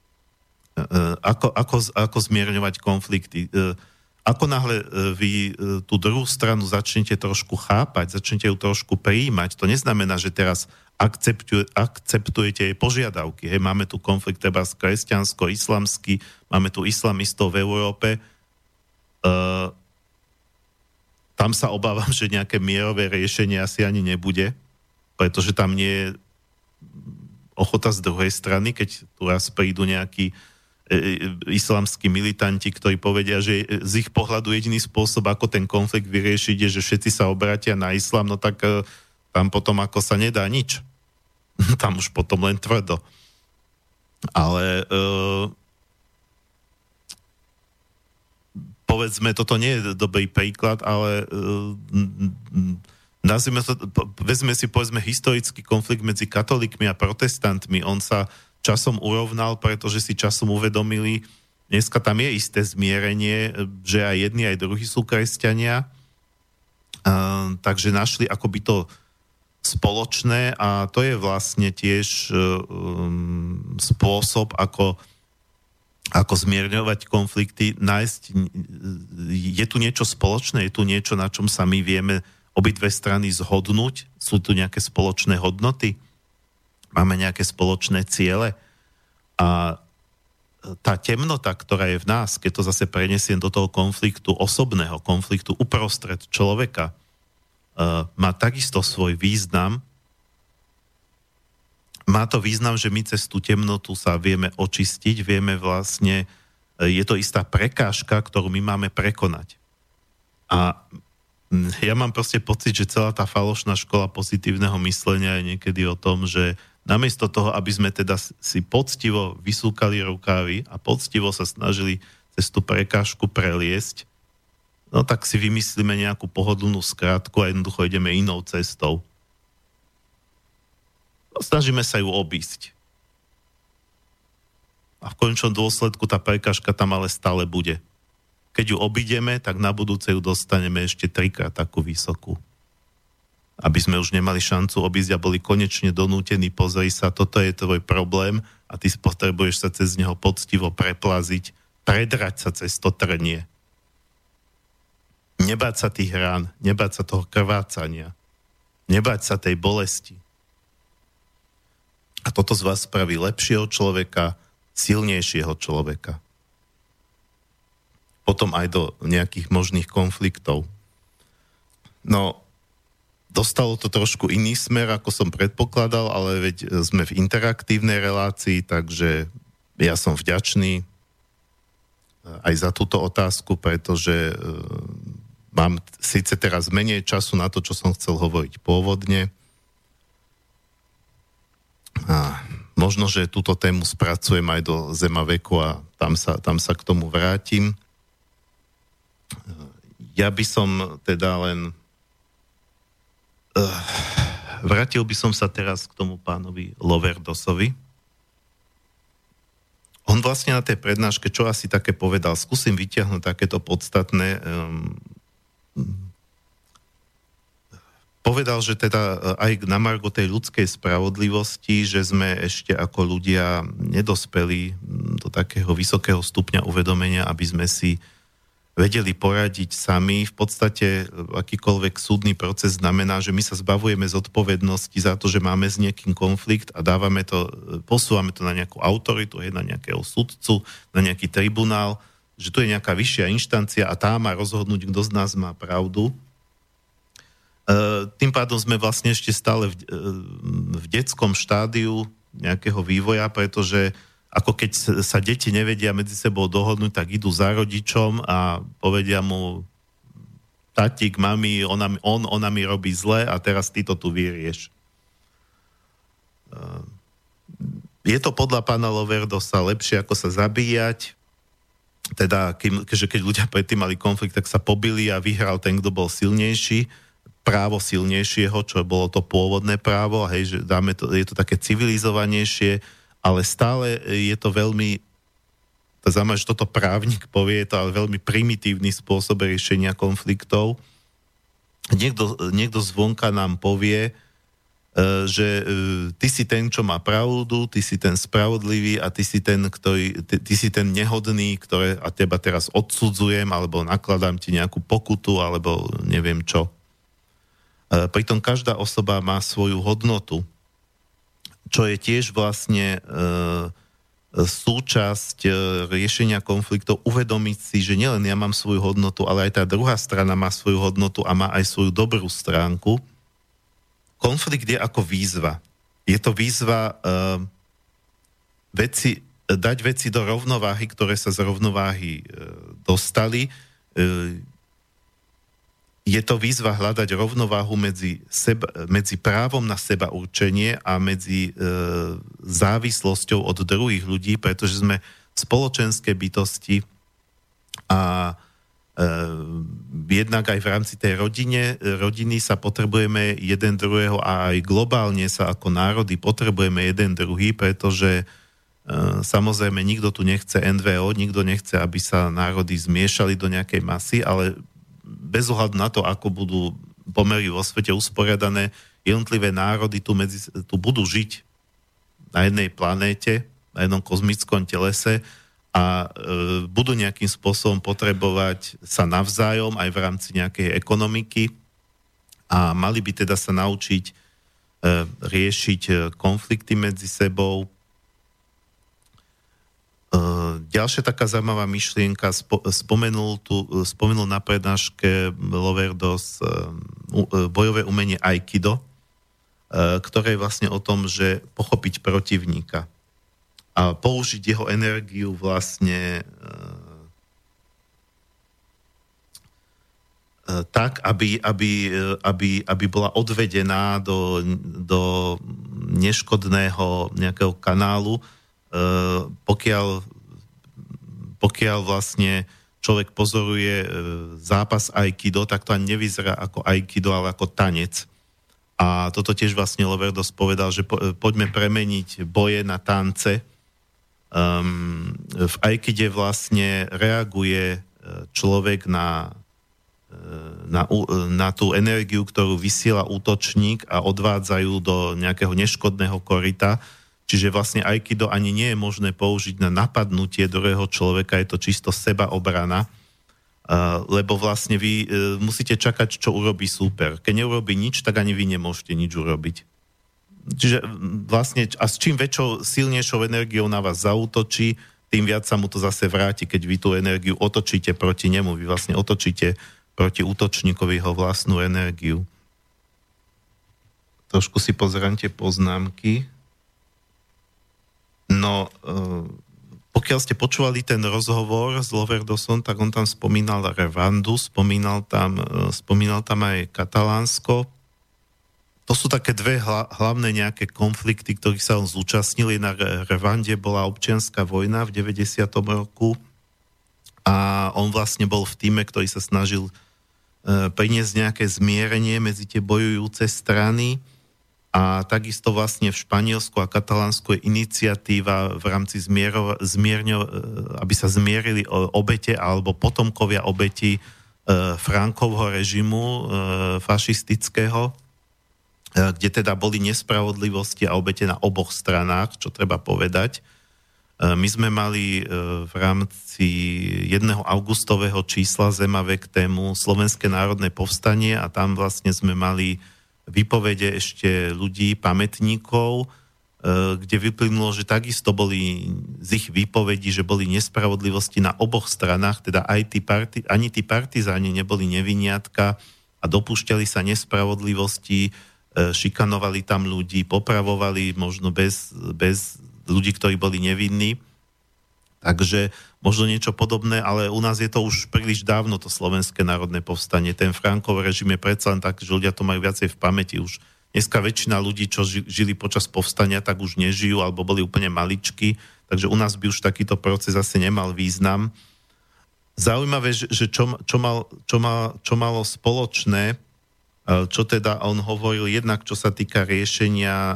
[SPEAKER 1] ako zmierňovať konflikty. Ako náhle vy tú druhú stranu začnete trošku chápať, začnete ju trošku prijímať, to neznamená, že teraz akceptujete jej požiadavky. Hej, máme tu konflikt treba kresťansko-islamský, máme tu islamistov v Európe. Tam sa obávam, že nejaké mierové riešenie asi ani nebude, pretože tam nie je ochota z druhej strany, keď tu raz prídu nejakí islamskí militanti, ktorí povedia, že z ich pohľadu jediný spôsob, ako ten konflikt vyriešiť, je, že všetci sa obrátia na islám, no tak tam potom ako sa nedá nič. Tam už potom len tvrdo. Ale povedzme, toto nie je dobrý príklad, ale vezme si, povedzme, historický konflikt medzi katolíkmi a protestantmi. On sa časom urovnal, pretože si časom uvedomili, dneska tam je isté zmierenie, že aj jedni, aj druhí sú kresťania, takže našli akoby to spoločné a to je vlastne tiež spôsob, ako zmierňovať konflikty, nájsť, je tu niečo spoločné, je tu niečo, na čom sa my vieme obidve strany zhodnúť, sú tu nejaké spoločné hodnoty, máme nejaké spoločné ciele a tá temnota, ktorá je v nás, keď to zase prenesiem do toho konfliktu, osobného konfliktu uprostred človeka, má takisto svoj význam. Má to význam, že my cez tú temnotu sa vieme očistiť, vieme vlastne, je to istá prekážka, ktorú my máme prekonať. A ja mám proste pocit, že celá tá falošná škola pozitívneho myslenia je niekedy o tom, že namiesto toho, aby sme teda si poctivo vysúkali rukávy a poctivo sa snažili cez tú prekážku preliesť, no tak si vymyslíme nejakú pohodlnú skratku a jednoducho ideme inou cestou. No, snažíme sa ju obísť. A v konečnom dôsledku tá prekážka tam ale stále bude. Keď ju obídeme, tak na budúce ju dostaneme ešte 3-krát takú vysokú. Aby sme už nemali šancu obísť a boli konečne donútení, pozri sa, toto je tvoj problém a ty potrebuješ sa cez neho poctivo preplaziť, predrať sa cez to trnie. Nebáť sa tých rán, nebáť sa toho krvácania, nebáť sa tej bolesti. A toto z vás spraví lepšieho človeka, silnejšieho človeka. Potom aj do nejakých možných konfliktov. No, dostalo to trošku iný smer, ako som predpokladal, ale veď sme v interaktívnej relácii, takže ja som vďačný aj za túto otázku, pretože mám síce teraz menej času na to, čo som chcel hovoriť pôvodne. A možno, že túto tému spracujem aj do Zemaveku a tam sa k tomu vrátim. Ja by som teda len vrátil by som sa teraz k tomu pánovi Loverdosovi. on vlastne na tej prednáške, čo asi také povedal, skúsim vyťahnuť takéto podstatné. Povedal, že teda aj na margo tej ľudskej spravodlivosti, že sme ešte ako ľudia nedospeli do takého vysokého stupňa uvedomenia, aby sme si vedeli poradiť sami. V podstate akýkoľvek súdny proces znamená, že my sa zbavujeme zodpovednosti za to, že máme s niekým konflikt a posúvame to na nejakú autoritu, na nejakého sudcu, na nejaký tribunál, že tu je nejaká vyššia inštancia a tá má rozhodnúť, kto z nás má pravdu. Tým pádom sme vlastne ešte stále v detskom štádiu nejakého vývoja, pretože ako keď sa deti nevedia medzi sebou dohodnúť, tak idú za rodičom a povedia mu tatík, mami, ona mi robí zle a teraz ty to tu vyrieš. Je to podľa pána Loverdosa lepšie ako sa zabíjať, teda keď ľudia predtým mali konflikt, tak sa pobili a vyhral ten, kto bol silnejší, právo silnejšieho, čo bolo to pôvodné právo, hej, že je to také civilizovanejšie, ale stále je to veľmi, to znamená, že toto právnik povie, je to ale veľmi primitívny spôsob riešenia konfliktov. Niekto zvonka nám povie, že ty si ten, čo má pravdu, ty si ten spravodlivý a ty si ten nehodný, a teba teraz odsudzujem, alebo nakladám ti nejakú pokutu, alebo neviem čo. Pritom každá osoba má svoju hodnotu, čo je tiež vlastne súčasť riešenia konfliktov, uvedomiť si, že nielen ja mám svoju hodnotu, ale aj tá druhá strana má svoju hodnotu a má aj svoju dobrú stránku. Konflikt je ako výzva. Je to výzva dať veci do rovnováhy, ktoré sa z rovnováhy dostali. Je to výzva hľadať rovnováhu medzi právom na seba určenie a medzi závislosťou od druhých ľudí, pretože sme spoločenské bytosti a jednak aj v rámci tej rodiny sa potrebujeme jeden druhého a aj globálne sa ako národy potrebujeme jeden druhý, pretože samozrejme nikto tu nechce NVO, nikto nechce, aby sa národy zmiešali do nejakej masy, ale bez ohľadu na to, ako budú pomery vo svete usporiadané, jednotlivé národy tu budú žiť na jednej planéte, na jednom kozmickom telese a budú nejakým spôsobom potrebovať sa navzájom aj v rámci nejakej ekonomiky a mali by teda sa naučiť riešiť konflikty medzi sebou. Ďalšia taká zaujímavá myšlienka, spomenul na prednáške Loverdos bojové umenie Aikido, ktoré je vlastne o tom, že pochopiť protivníka a použiť jeho energiu vlastne tak, aby bola odvedená do neškodného nejakého kanálu, pokiaľ vlastne človek pozoruje zápas Aikido, tak to ani nevyzerá ako Aikido, ale ako tanec. A toto tiež vlastne Loverdos povedal, že poďme premeniť boje na tance. V Aikide vlastne reaguje človek na tú energiu, ktorú vysiela útočník a odvádzajú do nejakého neškodného koryta. Čiže vlastne Aikido ani nie je možné použiť na napadnutie druhého človeka, je to čisto sebaobrana, lebo vlastne vy musíte čakať, čo urobí súper. Keď neurobí nič, tak ani vy nemôžete nič urobiť. Čiže vlastne, a s čím väčšou, silnejšou energiou na vás zaútočí, tým viac sa mu to zase vráti, keď vy tú energiu otočíte proti nemu. Vy vlastne otočíte proti útočníkovi jeho vlastnú energiu. Trošku si pozerám tie poznámky. No, pokiaľ ste počúvali ten rozhovor s Loverdosom, tak on tam spomínal Rwandu, spomínal tam aj Katalánsko. To sú také dve hlavné nejaké konflikty, ktorých sa on zúčastnil. Na Rwande bola občianska vojna v 90. roku a on vlastne bol v tíme, ktorý sa snažil priniesť nejaké zmierenie medzi tie bojujúce strany. A takisto vlastne v Španielsku a Katalánsku je iniciatíva v rámci aby sa zmierili obete alebo potomkovia obetí Frankovho režimu fašistického, kde teda boli nespravodlivosti a obete na oboch stranách, čo treba povedať. My sme mali v rámci 1. augustového čísla Zemavek tému Slovenské národné povstanie a tam vlastne sme mali výpovede ešte ľudí, pamätníkov, kde vyplynulo, že takisto boli z ich výpovedí, že boli nespravodlivosti na oboch stranách, teda aj ani tí partizáni neboli neviniatka a dopúšťali sa nespravodlivosti, šikanovali tam ľudí, popravovali možno bez ľudí, ktorí boli nevinní. Takže možno niečo podobné, ale u nás je to už príliš dávno, to Slovenské národné povstanie. Ten Frankov režim je predsa len tak, že ľudia to majú viacej v pamäti. Už dneska väčšina ľudí, čo žili počas povstania, tak už nežijú, alebo boli úplne maličky, takže u nás by už takýto proces asi nemal význam. Zaujímavé, že čo malo spoločné, čo teda on hovoril, jednak čo sa týka riešenia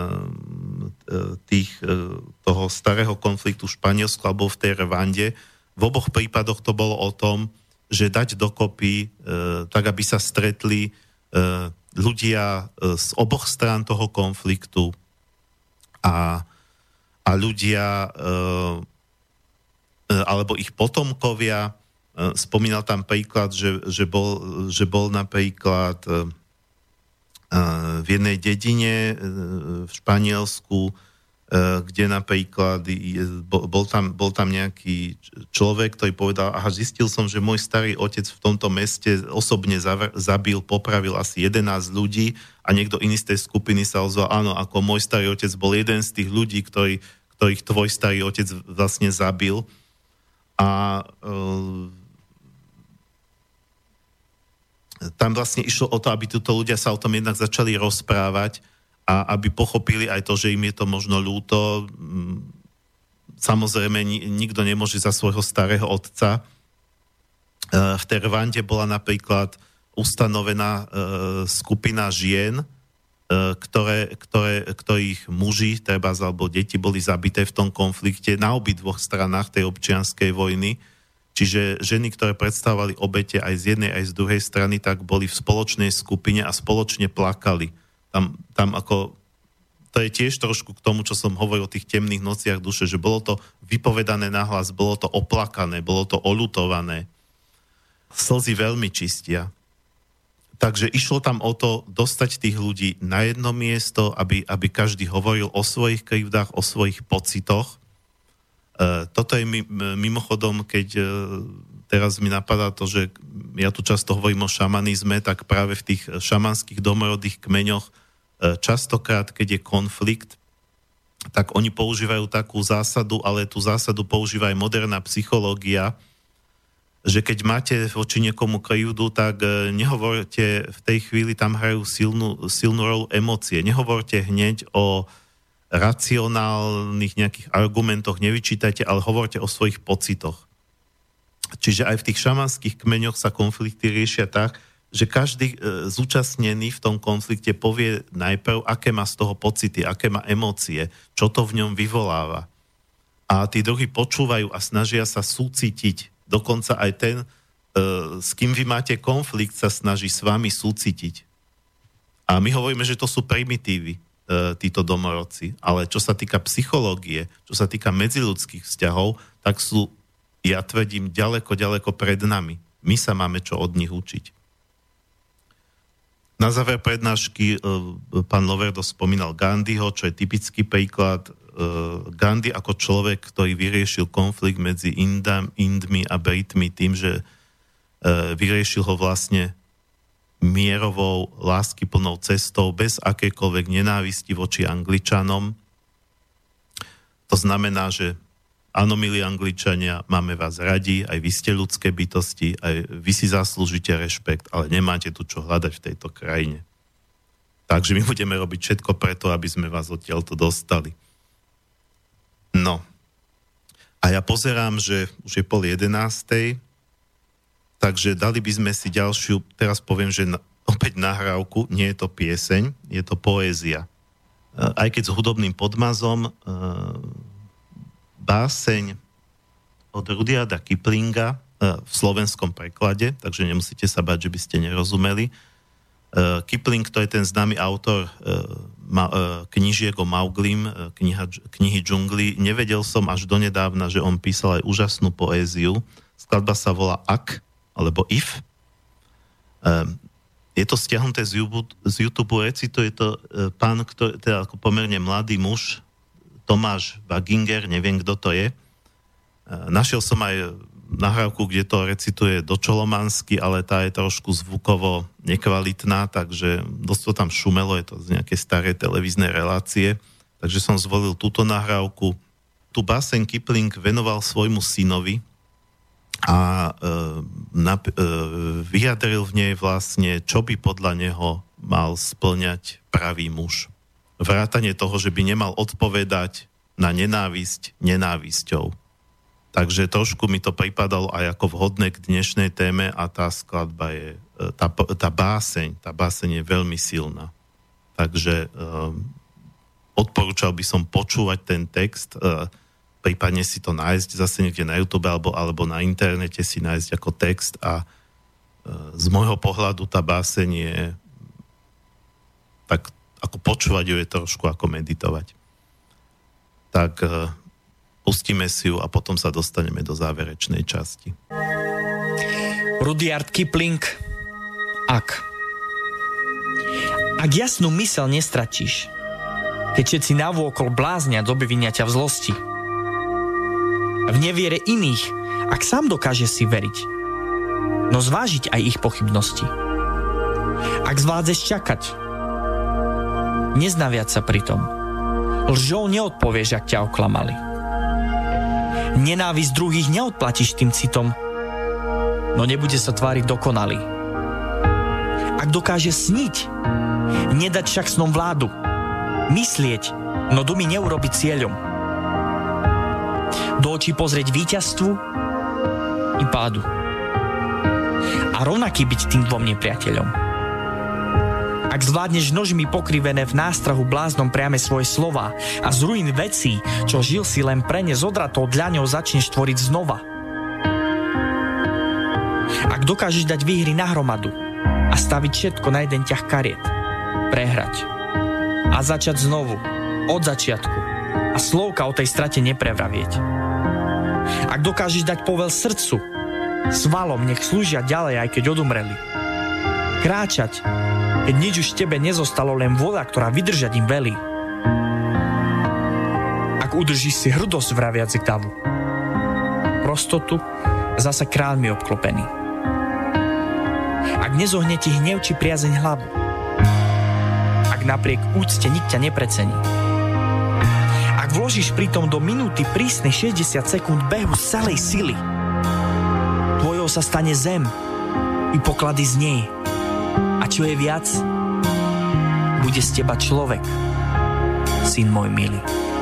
[SPEAKER 1] toho starého konfliktu v Španielsku alebo v tej Rwande. V oboch prípadoch to bolo o tom, že dať dokopy, tak aby sa stretli ľudia z oboch strán toho konfliktu a ľudia alebo ich potomkovia. Spomínal tam príklad, že bol napríklad v jednej dedine v Španielsku, kde napríklad bol tam nejaký človek, ktorý povedal, zistil som, že môj starý otec v tomto meste osobne zabil, popravil asi 11 ľudí a niekto iný z tej skupiny sa ozval, áno, ako môj starý otec bol jeden z tých ľudí, ktorých tvoj starý otec vlastne zabil. A tam vlastne išlo o to, aby títo ľudia sa o tom jednak začali rozprávať a aby pochopili aj to, že im je to možno ľúto. Samozrejme, nikto nemôže za svojho starého otca. V tej Rwande bola napríklad ustanovená skupina žien, ktorých muži, alebo deti boli zabité v tom konflikte na obidvoch stranách tej občianskej vojny. Čiže ženy, ktoré predstavovali obete aj z jednej, aj z druhej strany, tak boli v spoločnej skupine a spoločne plakali. Tam ako, to je tiež trošku k tomu, čo som hovoril o tých temných nociach duše, že bolo to vypovedané nahlas, bolo to oplakané, bolo to oľutované. Slzy veľmi čistia. Takže išlo tam o to dostať tých ľudí na jedno miesto, aby každý hovoril o svojich krivdách, o svojich pocitoch. Toto je mimochodom, keď teraz mi napadá to, že ja tu často hovorím o šamanizme, tak práve v tých šamanských domorodých kmeňoch častokrát, keď je konflikt, tak oni používajú takú zásadu, ale tú zásadu používa aj moderná psychológia, že keď máte voči niekomu krivdu, tak nehovorte v tej chvíli, tam hrajú silnú rolu emócie. Nehovorte hneď o racionálnych nejakých argumentoch, nevyčítajte, ale hovorte o svojich pocitoch. Čiže aj v tých šamanských kmeňoch sa konflikty riešia tak, že každý zúčastnený v tom konflikte povie najprv, aké má z toho pocity, aké má emócie, čo to v ňom vyvoláva. A tí druhí počúvajú a snažia sa súcitiť. Dokonca aj ten, s kým vy máte konflikt, sa snaží s vami súcitiť. A my hovoríme, že to sú primitívy, títo domorodci. Ale čo sa týka psychológie, čo sa týka medziľudských vzťahov, tak sú, ja tvrdím, ďaleko, ďaleko pred nami. My sa máme čo od nich učiť. Na záver prednášky pán Loverdo spomínal Gandhiho, čo je typický príklad. Gandhi ako človek, ktorý vyriešil konflikt medzi Indmi a Britmi tým, že vyriešil ho vlastne mierovou, láskyplnou cestou, bez akékoľvek nenávisti voči Angličanom. To znamená, že áno, milí Angličania, máme vás radi, aj vy ste ľudské bytosti, aj vy si zaslúžite rešpekt, ale nemáte tu čo hľadať v tejto krajine. Takže my budeme robiť všetko preto, aby sme vás odtiaľto dostali. No. A ja pozerám, že už je 10:30, takže dali by sme si ďalšiu, teraz poviem, že opäť nahrávku, nie je to pieseň, je to poézia. Aj keď s hudobným podmazom, báseň od Rudyarda Kiplinga v slovenskom preklade, takže nemusíte sa bať, že by ste nerozumeli. Kipling, to je ten známy autor knížiek o Mauglim, knihy džungly. Nevedel som až donedávna, že on písal aj úžasnú poéziu. Skladba sa volá Ak, alebo If. Je to stiahnuté z YouTube, recituje to pán, ktorý, teda ako pomerne mladý muž, Tomáš Waginger, neviem, kto to je. Našiel som aj nahrávku, kde to recituje do čolomansky, ale tá je trošku zvukovo nekvalitná, takže dosť to tam šumelo, je to z nejaké staré televíznej relácie, takže som zvolil túto nahrávku. Tu báseň Kipling venoval svojmu synovi a vyjadril v nej vlastne, čo by podľa neho mal spĺňať pravý muž. Vrátanie toho, že by nemal odpovedať na nenávisť nenávisťou. Takže trošku mi to pripadalo aj ako vhodné k dnešnej téme a tá skladba je, tá báseň je veľmi silná. Takže odporúčal by som počúvať ten text, prípadne si to nájsť zase niekde na YouTube alebo na internete si nájsť ako text a z môjho pohľadu tá báseň je tak, ako počúvať ju je trošku ako meditovať. Tak pustíme si ju a potom sa dostaneme do záverečnej časti.
[SPEAKER 6] Rudyard Kipling. Ak jasnú myseľ nestratíš, keď všetci navôkol bláznia, obvinia ťa v zlosti. V neviere iných, ak sám dokáže si veriť, no zvážiť aj ich pochybnosti. Ak zvládzeš čakať, neznaviať sa pritom, lžou neodpovieš, ak ťa oklamali. Nenávisť druhých neodplatíš tým citom, no nebude sa tváriť dokonalý. Ak dokáže sniť, nedať však snom vládu, myslieť, no dumy neurobiť cieľom. Do očí pozrieť víťazstvu i pádu. A rovnaký byť tým dvom nepriateľom. Ak zvládneš nožmi pokrivené v nástrahu bláznom priame svoje slová a z ruín vecí, čo žil si len pre ne zodratou dľaňou začneš tvoriť znova. Ak dokážeš dať výhry na hromadu a staviť všetko na jeden ťah kariet, prehrať a začať znovu, od začiatku a slovka o tej strate neprevravieť. Ak dokážeš dať povel srdcu, svalom nech slúžia ďalej, aj keď odumreli. Kráčať, keď nič už tebe nezostalo, len vôľa, ktorá vydržať im velí. Ak udržíš si hrdosť vraviac k davu, prostotu zasa kráľmi obklopený. Ak nezohne ti hnev či priazeň hlavu, ak napriek úcte nik ťa neprecení, ak vložíš pritom do minúty prísnej 60 sekúnd behu z celej sily, tvojou sa stane zem i poklady z nej. A čo je viac, bude z teba človek, syn môj milý.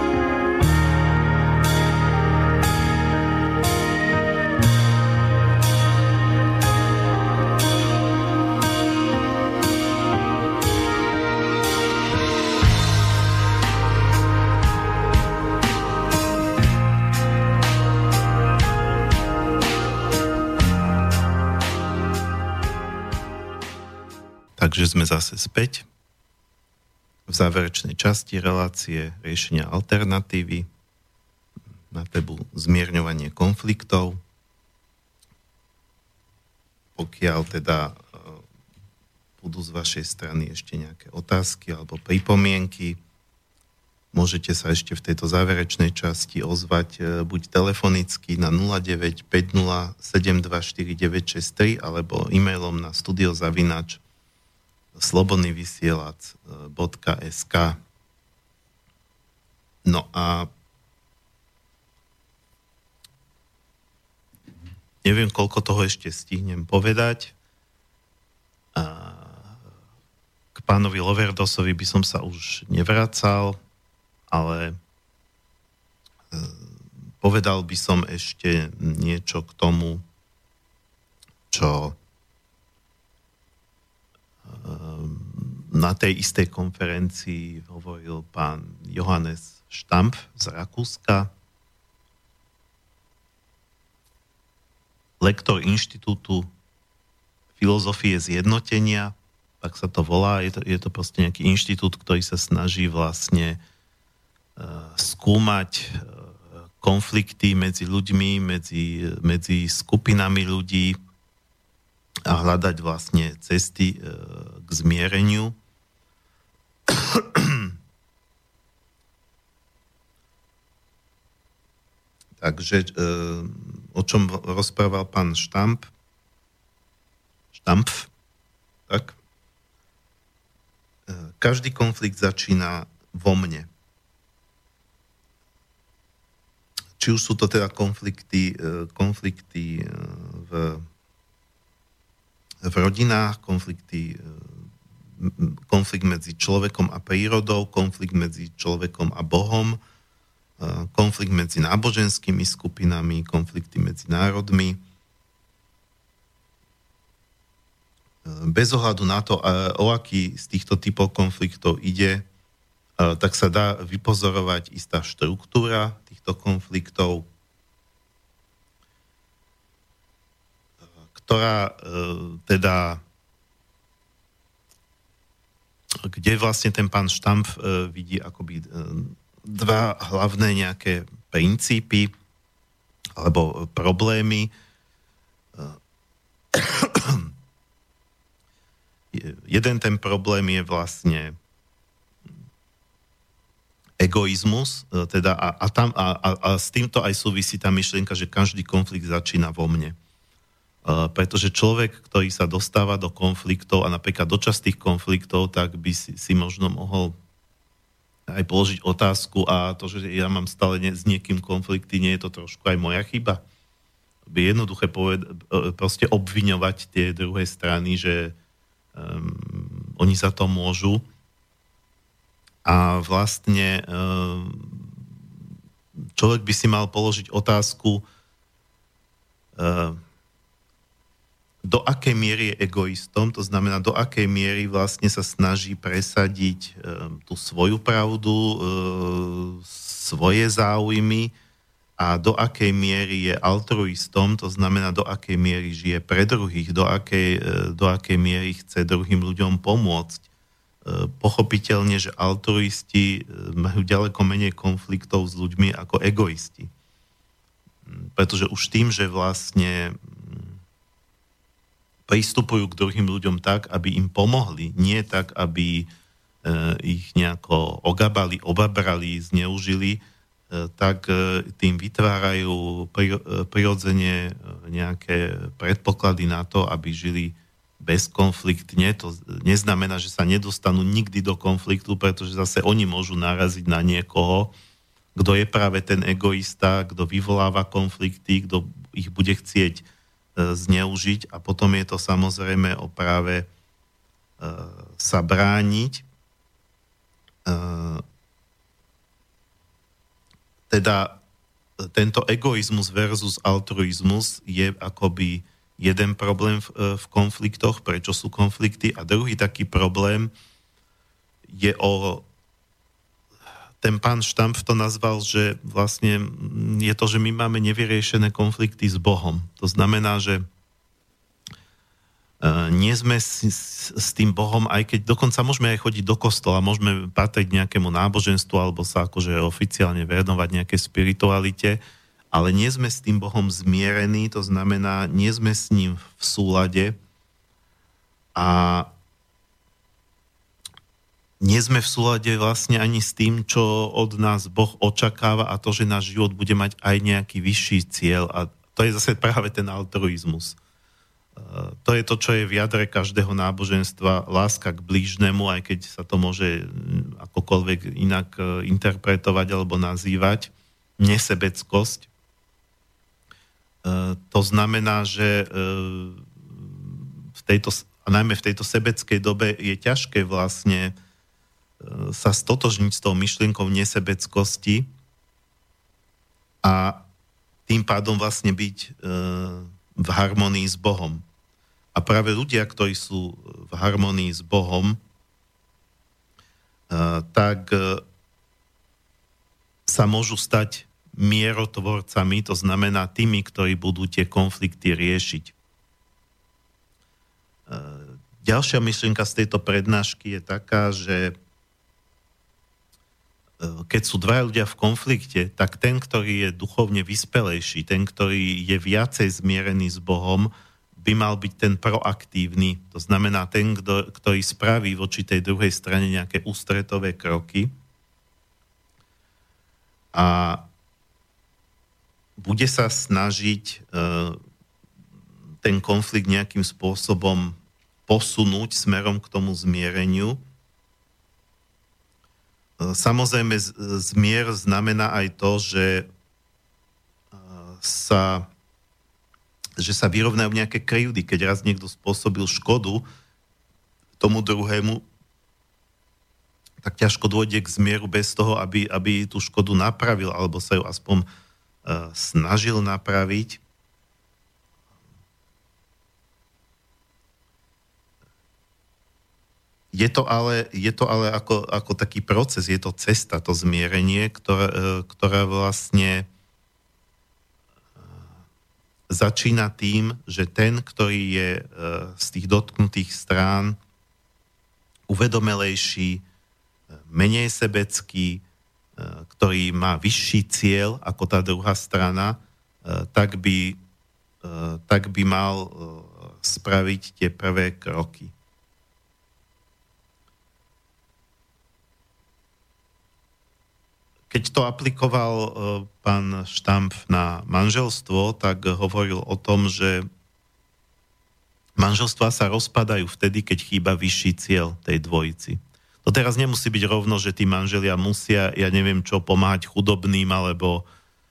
[SPEAKER 1] Takže sme zase späť v záverečnej časti relácie riešenia alternatívy na tému zmierňovanie konfliktov. Pokiaľ teda budú z vašej strany ešte nejaké otázky alebo pripomienky, môžete sa ešte v tejto záverečnej časti ozvať buď telefonicky na 0950 724 963 alebo e-mailom na studiozavinač slobodnyvysielac.sk. No a neviem, koľko toho ešte stihnem povedať. K pánovi Loverdosovi by som sa už nevracal, ale povedal by som ešte niečo k tomu, čo na tej istej konferencii hovoril pán Johannes Stampf z Rakúska, lektor Inštitútu filozofie zjednotenia, tak sa to volá, je to proste nejaký inštitút, ktorý sa snaží vlastne skúmať konflikty medzi ľuďmi, medzi skupinami ľudí a hľadať vlastne cesty k zmiereniu. Takže o čom rozprával pán Stampf, tak? Každý konflikt začína vo mne. Či už sú to teda konflikty v rodinách, konflikt medzi človekom a prírodou, konflikt medzi človekom a Bohom, konflikt medzi náboženskými skupinami, konflikty medzi národmi. Bez ohľadu na to, o aký z týchto typov konfliktov ide, tak sa dá vypozorovať istá štruktúra týchto konfliktov, ktorá teda, kde vlastne ten pán Stampf vidí akoby dva hlavné nejaké princípy alebo problémy. Jeden ten problém je vlastne egoizmus, teda a s týmto aj súvisí tá myšlienka, že každý konflikt začína vo mne. Pretože človek, ktorý sa dostáva do konfliktov a napríklad do častých konfliktov, tak by si možno mohol aj položiť otázku, a to, že ja mám stále s niekým konflikty, nie je to trošku aj moja chyba? By jednoduché proste obviňovať tie druhé strany, že oni za to môžu. A vlastne človek by si mal položiť otázku, do akej miery je egoistom, to znamená, do akej miery vlastne sa snaží presadiť tú svoju pravdu, svoje záujmy a do akej miery je altruistom, to znamená, do akej miery žije pre druhých, do akej miery chce druhým ľuďom pomôcť. Pochopiteľne, že altruisti majú ďaleko menej konfliktov s ľuďmi ako egoisti. Pretože už tým, že vlastne pristupujú k druhým ľuďom tak, aby im pomohli, nie tak, aby ich nejako ogabali, obabrali, zneužili, tak tým vytvárajú prirodzene nejaké predpoklady na to, aby žili bezkonfliktne. To neznamená, že sa nedostanú nikdy do konfliktu, pretože zase oni môžu naraziť na niekoho, kto je práve ten egoista, kto vyvoláva konflikty, kto ich bude chcieť zneužiť, a potom je to samozrejme o práve sa brániť. Teda tento egoizmus versus altruizmus je akoby jeden problém v konfliktoch, prečo sú konflikty, a druhý taký problém je ten pán Stampf to nazval, že vlastne je to, že my máme nevyriešené konflikty s Bohom. To znamená, že nie sme s tým Bohom, aj keď dokonca môžeme aj chodiť do kostola, môžeme patriť nejakému náboženstvu alebo sa akože oficiálne venovať nejaké spiritualite, ale nie sme s tým Bohom zmierení, to znamená, nie sme s ním v súlade a nie sme v súlade vlastne ani s tým, čo od nás Boh očakáva, a to, že náš život bude mať aj nejaký vyšší cieľ, a to je zase práve ten altruizmus. To je to, čo je v jadre každého náboženstva, láska k blížnemu, aj keď sa to môže akokoľvek inak interpretovať alebo nazývať, nesebeckosť. To znamená, že najmä v tejto sebeckej dobe je ťažké vlastne sa stotožniť s tou myšlienkou nesebeckosti a tým pádom vlastne byť v harmonii s Bohom. A práve ľudia, ktorí sú v harmonii s Bohom, tak sa môžu stať mierotvorcami, to znamená tými, ktorí budú tie konflikty riešiť. Ďalšia myšlienka z tejto prednášky je taká, že keď sú dvaja ľudia v konflikte, tak ten, ktorý je duchovne vyspelejší, ten, ktorý je viacej zmierený s Bohom, by mal byť ten proaktívny. To znamená ten, ktorý spraví voči tej druhej strane nejaké ústretové kroky a bude sa snažiť ten konflikt nejakým spôsobom posunúť smerom k tomu zmiereniu. Samozrejme, zmier znamená aj to, že sa vyrovnajú nejaké krivdy. Keď raz niekto spôsobil škodu tomu druhému, tak ťažko dôjde k zmieru bez toho, aby tú škodu napravil, alebo sa ju aspoň snažil napraviť. Je to ale ako taký proces, je to cesta, to zmierenie, ktorá vlastne začína tým, že ten, ktorý je z tých dotknutých strán uvedomelejší, menej sebecký, ktorý má vyšší cieľ ako tá druhá strana, tak by mal spraviť tie prvé kroky. Keď to aplikoval pán Štamp na manželstvo, tak hovoril o tom, že manželstvá sa rozpadajú vtedy, keď chýba vyšší cieľ tej dvojici. To teraz nemusí byť rovno, že tí manželia musia, ja neviem čo, pomáhať chudobným, alebo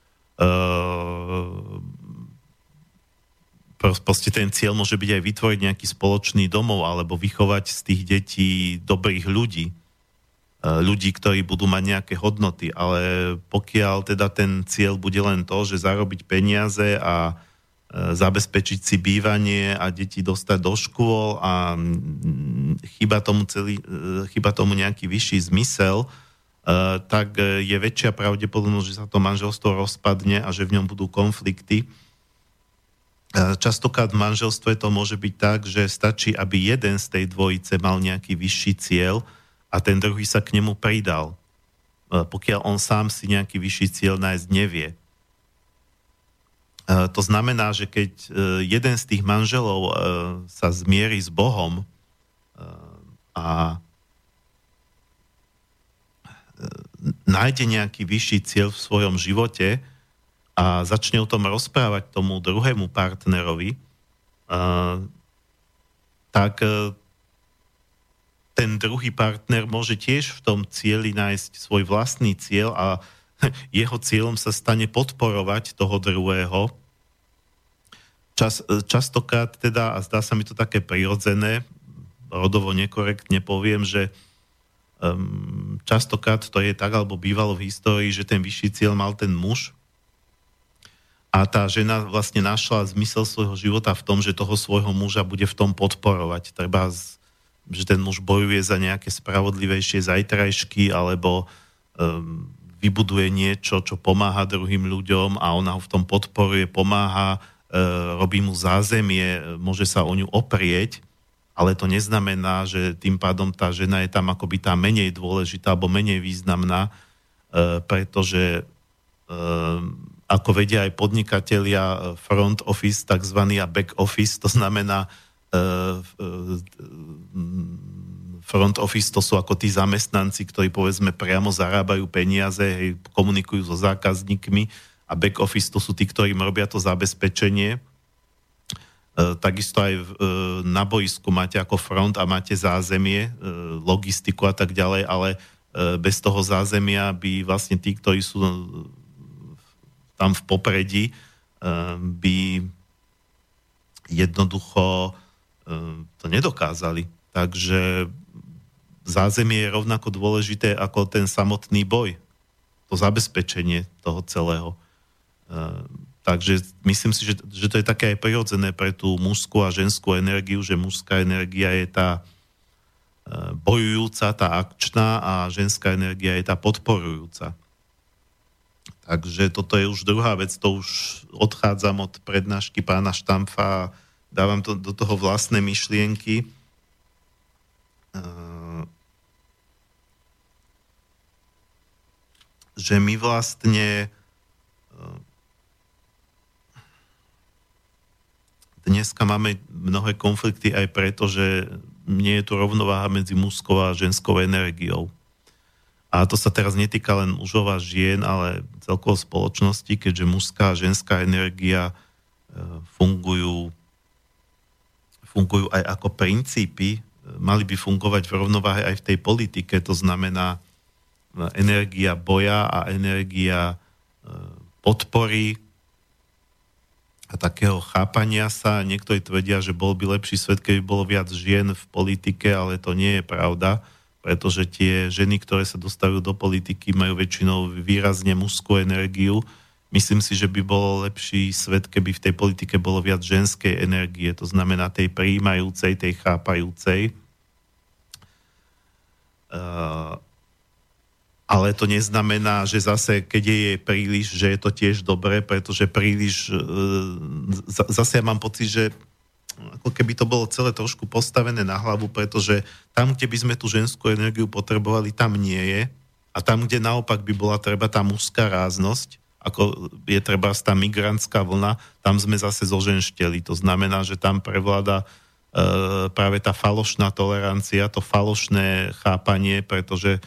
[SPEAKER 1] proste ten cieľ môže byť aj vytvoriť nejaký spoločný domov, alebo vychovať z tých detí dobrých ľudí, ktorí budú mať nejaké hodnoty, ale pokiaľ teda ten cieľ bude len to, že zarobiť peniaze a zabezpečiť si bývanie a deti dostať do škôl a chýba tomu nejaký vyšší zmysel, tak je väčšia pravdepodobnosť, že sa to manželstvo rozpadne a že v ňom budú konflikty. Častokrát v manželstve to môže byť tak, že stačí, aby jeden z tej dvojice mal nejaký vyšší cieľ a ten druhý sa k nemu pridal, pokiaľ on sám si nejaký vyšší cieľ nájsť nevie. To znamená, že keď jeden z tých manželov sa zmierí s Bohom a nájde nejaký vyšší cieľ v svojom živote a začne o tom rozprávať tomu druhému partnerovi, tak ten druhý partner môže tiež v tom cieli nájsť svoj vlastný cieľ a jeho cieľom sa stane podporovať toho druhého. Častokrát teda, a zdá sa mi to také prirodzené, rodovo nekorektne poviem, že častokrát to je tak, alebo bývalo v histórii, že ten vyšší cieľ mal ten muž a tá žena vlastne našla zmysel svojho života v tom, že toho svojho muža bude v tom podporovať. Treba že ten muž bojuje za nejaké spravodlivejšie zajtrajšky alebo vybuduje niečo, čo pomáha druhým ľuďom a ona ho v tom podporuje, pomáha, robí mu zázemie, môže sa o ňu oprieť, ale to neznamená, že tým pádom tá žena je tam akoby tá menej dôležitá alebo menej významná, pretože ako vedia aj podnikatelia front office, takzvaný a back office, to znamená front office to sú ako tí zamestnanci, ktorí povedzme priamo zarábajú peniaze, hej, komunikujú so zákazníkmi a back office to sú tí, ktorí robia to zabezpečenie. Takisto aj na boisku máte ako front a máte zázemie, logistiku a tak ďalej, ale bez toho zázemia by vlastne tí, ktorí sú tam v popredí, by jednoducho to nedokázali. Takže zázemie je rovnako dôležité ako ten samotný boj, to zabezpečenie toho celého. Takže myslím si, že to je také aj prirodzené pre tú mužskú a ženskú energiu, že mužská energia je tá bojujúca, tá akčná, a ženská energia je tá podporujúca. Takže toto je už druhá vec, to už odchádzam od prednášky pána Štampfa a dávam to do toho vlastné myšlienky. Že my vlastne dneska máme mnohé konflikty aj preto, že nie je tu rovnováha medzi mužskou a ženskou energiou. A to sa teraz netýka len mužov a žien, ale celkovo spoločnosti, keďže mužská a ženská energia fungujú aj ako princípy, mali by fungovať v rovnováhe aj v tej politike, to znamená energia boja a energia podpory a takého chápania sa. Niektorí tvrdia, že bol by lepší svet, keby bolo viac žien v politike, ale to nie je pravda, pretože tie ženy, ktoré sa dostavujú do politiky, majú väčšinou výrazne mužskú energiu. Myslím si, že by bolo lepší svet, keby v tej politike bolo viac ženskej energie, to znamená tej prijímajúcej, tej chápajúcej. Ale to neznamená, že zase, keď je príliš, že je to tiež dobré, pretože príliš, zase ja mám pocit, že ako keby to bolo celé trošku postavené na hlavu, pretože tam, kde by sme tú ženskú energiu potrebovali, tam nie je. A tam, kde naopak by bola treba tá mužská ráznosť, ako je treba tá migrantská vlna, tam sme zase zoženšteli. To znamená, že tam prevláda práve tá falošná tolerancia, to falošné chápanie, pretože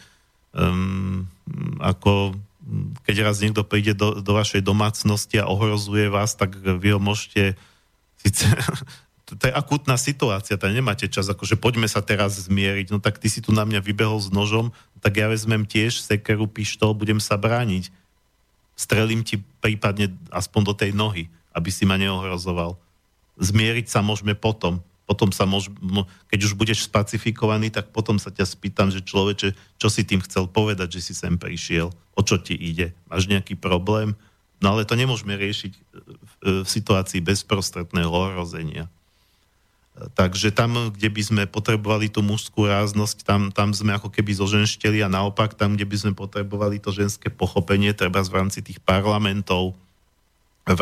[SPEAKER 1] ako keď raz niekto príde do vašej domácnosti a ohrozuje vás, tak vy ho môžete síce, to je akútna situácia, tam nemáte čas, akože poďme sa teraz zmieriť, no tak ty si tu na mňa vybehol s nožom, tak ja vezmem tiež sekeru, pištol, budem sa brániť. Strelím ti prípadne aspoň do tej nohy, aby si ma neohrozoval. Zmieriť sa môžeme potom sa keď už budeš spacifikovaný, tak potom sa ťa spýtam, že človeče, čo si tým chcel povedať, že si sem prišiel, o čo ti ide, máš nejaký problém, no ale to nemôžeme riešiť v situácii bezprostredného ohrozenia. Takže tam, kde by sme potrebovali tú mužskú ráznosť, tam sme ako keby zoženšteli a naopak tam, kde by sme potrebovali to ženské pochopenie, treba v rámci tých parlamentov, v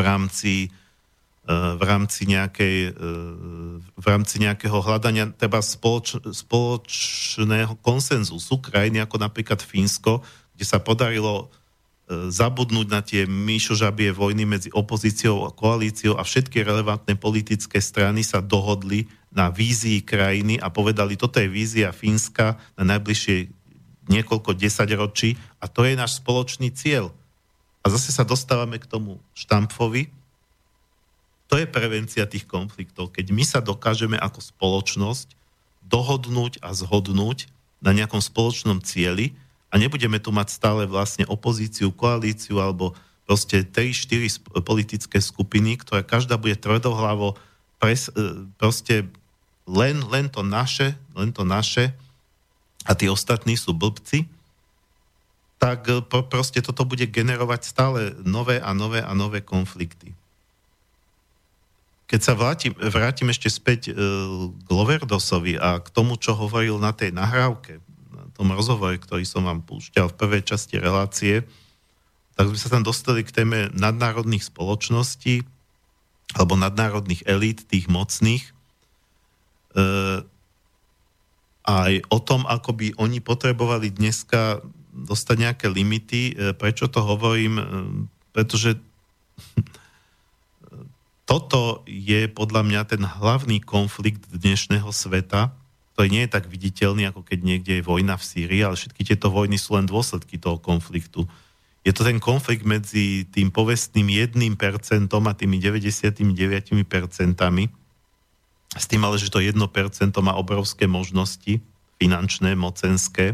[SPEAKER 1] rámci nejakého hľadania teda spoločného konsenzusu krajiny, ako napríklad Fínsko, kde sa podarilo zabudnúť na tie myšožabie vojny medzi opozíciou a koalíciou a všetky relevantné politické strany sa dohodli na vízii krajiny a povedali, toto je vízia Fínska na najbližšie niekoľko desaťročí a to je náš spoločný cieľ. A zase sa dostávame k tomu Štampfovi. To je prevencia tých konfliktov. Keď my sa dokážeme ako spoločnosť dohodnúť a zhodnúť na nejakom spoločnom cieli a nebudeme tu mať stále vlastne opozíciu, koalíciu alebo proste 3-4 politické skupiny, ktoré každá bude tvrdohlavo proste len to naše a tí ostatní sú blbci, tak proste toto bude generovať stále nové konflikty. Keď sa vrátim ešte späť k Loverdosovi a k tomu, čo hovoril na tej nahrávke, na tom rozhovore, ktorý som vám púšťal v prvej časti relácie, tak sme sa tam dostali k téme nadnárodných spoločností alebo nadnárodných elít, tých mocných. Aj o tom, ako by oni potrebovali dneska dostať nejaké limity. Prečo to hovorím? Pretože toto je podľa mňa ten hlavný konflikt dnešného sveta, ktorý nie je tak viditeľný, ako keď niekde je vojna v Sýrii, ale všetky tieto vojny sú len dôsledky toho konfliktu. Je to ten konflikt medzi tým povestným 1% a tými 99%, s tým ale, že to 1% má obrovské možnosti, finančné, mocenské.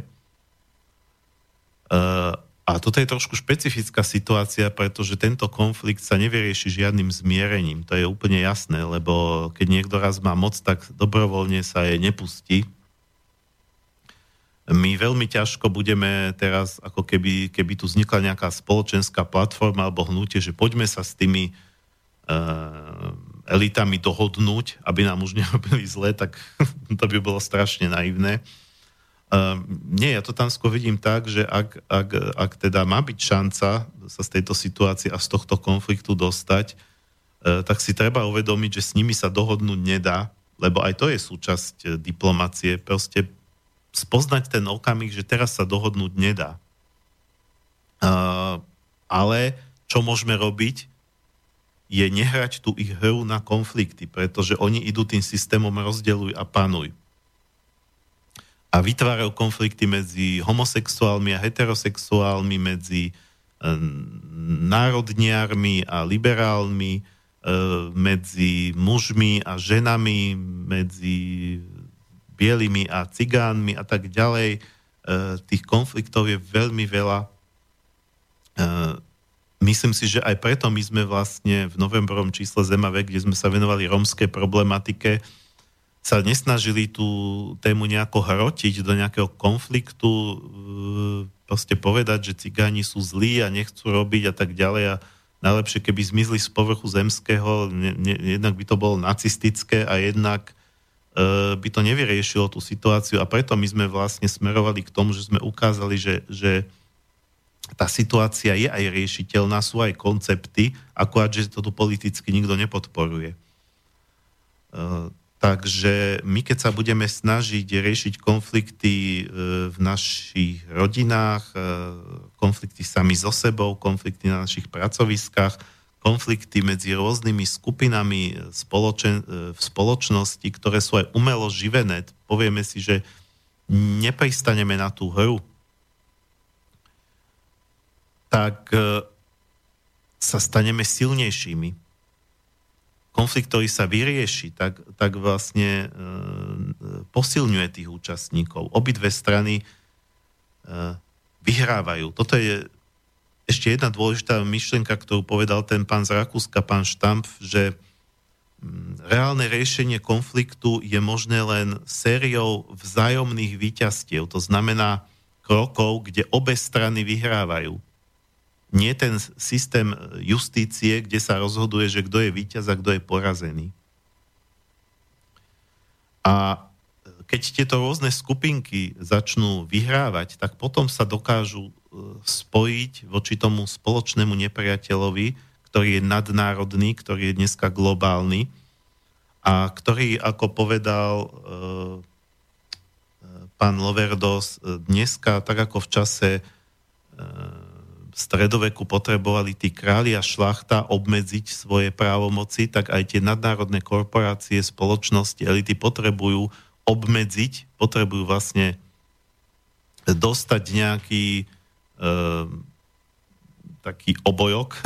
[SPEAKER 1] A toto je trošku špecifická situácia, pretože tento konflikt sa nevyrieši žiadnym zmierením. To je úplne jasné, lebo keď niekto raz má moc, tak dobrovoľne sa jej nepustí. My veľmi ťažko budeme teraz, ako keby tu vznikla nejaká spoločenská platforma alebo hnutie, že poďme sa s tými elitami dohodnúť, aby nám už nerobili zle, tak to by bolo strašne naivné. Nie, ja to tam skôr vidím tak, že ak teda má byť šanca sa z tejto situácie a z tohto konfliktu dostať, tak si treba uvedomiť, že s nimi sa dohodnúť nedá, lebo aj to je súčasť diplomacie, proste spoznať ten okamih, že teraz sa dohodnúť nedá. Ale čo môžeme robiť, je nehrať tú ich hru na konflikty, pretože oni idú tým systémom rozdeľuj a panuj. A vytvárajú konflikty medzi homosexuálmi a heterosexuálmi, medzi národniarmi a liberálmi, medzi mužmi a ženami, medzi bielými a cigánmi a tak ďalej. Tých konfliktov je veľmi veľa. Myslím si, že aj preto my sme vlastne v novembrovom čísle Zemavek, kde sme sa venovali rómskej problematike, sa nesnažili tú tému nejako hrotiť do nejakého konfliktu, proste povedať, že cigáni sú zlí a nechcú robiť a tak ďalej a najlepšie, keby zmizli z povrchu zemského, jednak by to bolo nacistické a jednak by to nevyriešilo tú situáciu a preto my sme vlastne smerovali k tomu, že sme ukázali, že tá situácia je aj riešiteľná, sú aj koncepty, akurát, že to tu politicky nikto nepodporuje. Takže my, keď sa budeme snažiť riešiť konflikty v našich rodinách, konflikty sami so sebou, konflikty na našich pracoviskách, konflikty medzi rôznymi skupinami v spoločnosti, ktoré sú aj umelo živené, povieme si, že nepristaneme na tú hru, tak sa staneme silnejšími. Konflikt, ktorý sa vyrieši, tak vlastne posilňuje tých účastníkov. Obidve strany vyhrávajú. Toto je ešte jedna dôležitá myšlienka, ktorú povedal ten pán z Rakúska, pán Štampf, že reálne riešenie konfliktu je možné len sériou vzájomných víťazstiev. To znamená krokov, kde obe strany vyhrávajú. Nie ten systém justície, kde sa rozhoduje, že kto je víťaz a kto je porazený. A keď tieto rôzne skupinky začnú vyhrávať, tak potom sa dokážu spojiť voči tomu spoločnému nepriateľovi, ktorý je nadnárodný, ktorý je dneska globálny a ktorý, ako povedal pán Loverdos, dneska, tak ako v čase stredoveku potrebovali tí králi a šlachta obmedziť svoje právomoci, tak aj tie nadnárodné korporácie, spoločnosti, elity potrebujú obmedziť, potrebujú vlastne dostať nejaký taký obojok.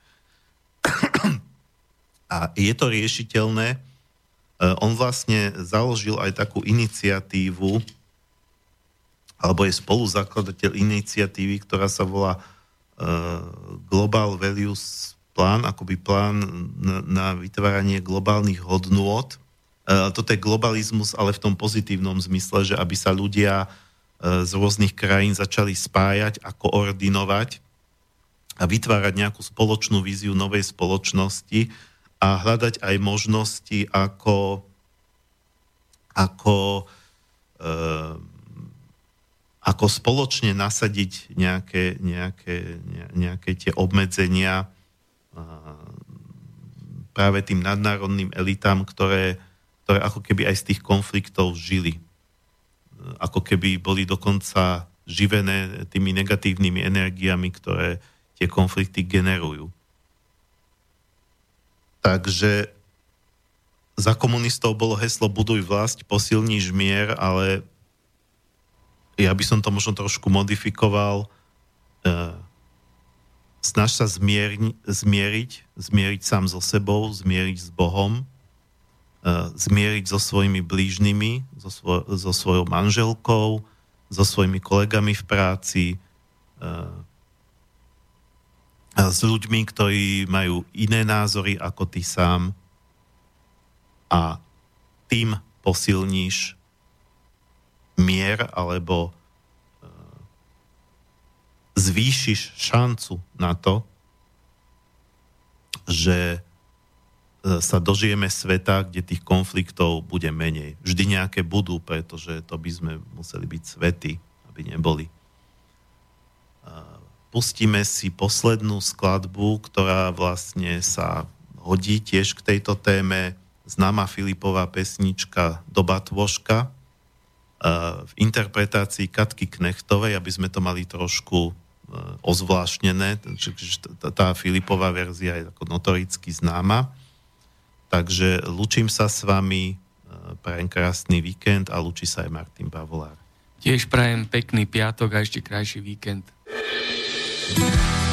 [SPEAKER 1] A je to riešiteľné. On vlastne založil aj takú iniciatívu, alebo je spoluzakladateľ iniciatívy, ktorá sa volá Global Values Plan, akoby plán na vytváranie globálnych hodnôt. Toto je globalizmus, ale v tom pozitívnom zmysle, že aby sa ľudia z rôznych krajín začali spájať a koordinovať a vytvárať nejakú spoločnú víziu novej spoločnosti a hľadať aj možnosti, ako spoločne nasadiť nejaké tie obmedzenia práve tým nadnárodným elitám, ktoré ako keby aj z tých konfliktov žili. Ako keby boli dokonca živené tými negatívnymi energiami, ktoré tie konflikty generujú. Takže za komunistov bolo heslo buduj vlast, posilníš mier, ale ja by som to možno trošku modifikoval. Snaž sa zmieriť sám so sebou, zmieriť s Bohom, zmieriť so svojimi blížnymi, so svojou manželkou, so svojimi kolegami v práci, s ľuďmi, ktorí majú iné názory ako ty sám a tým posilníš mier alebo zvýšiš šancu na to, že sa dožijeme sveta, kde tých konfliktov bude menej. Vždy nejaké budú, pretože to by sme museli byť svety, aby neboli. Pustíme si poslednú skladbu, ktorá vlastne sa hodí tiež k tejto téme. Známa Filipová pesnička Doba tvožka v interpretácii Katky Knechtovej, aby sme to mali trošku ozvláštnené. Tá Filipová verzia je ako notoricky známa. Takže lúčim sa s vami, prajem krásny víkend a lúči sa aj Martin Bavolár.
[SPEAKER 2] Tiež prajem pekný piatok a ešte krajší víkend.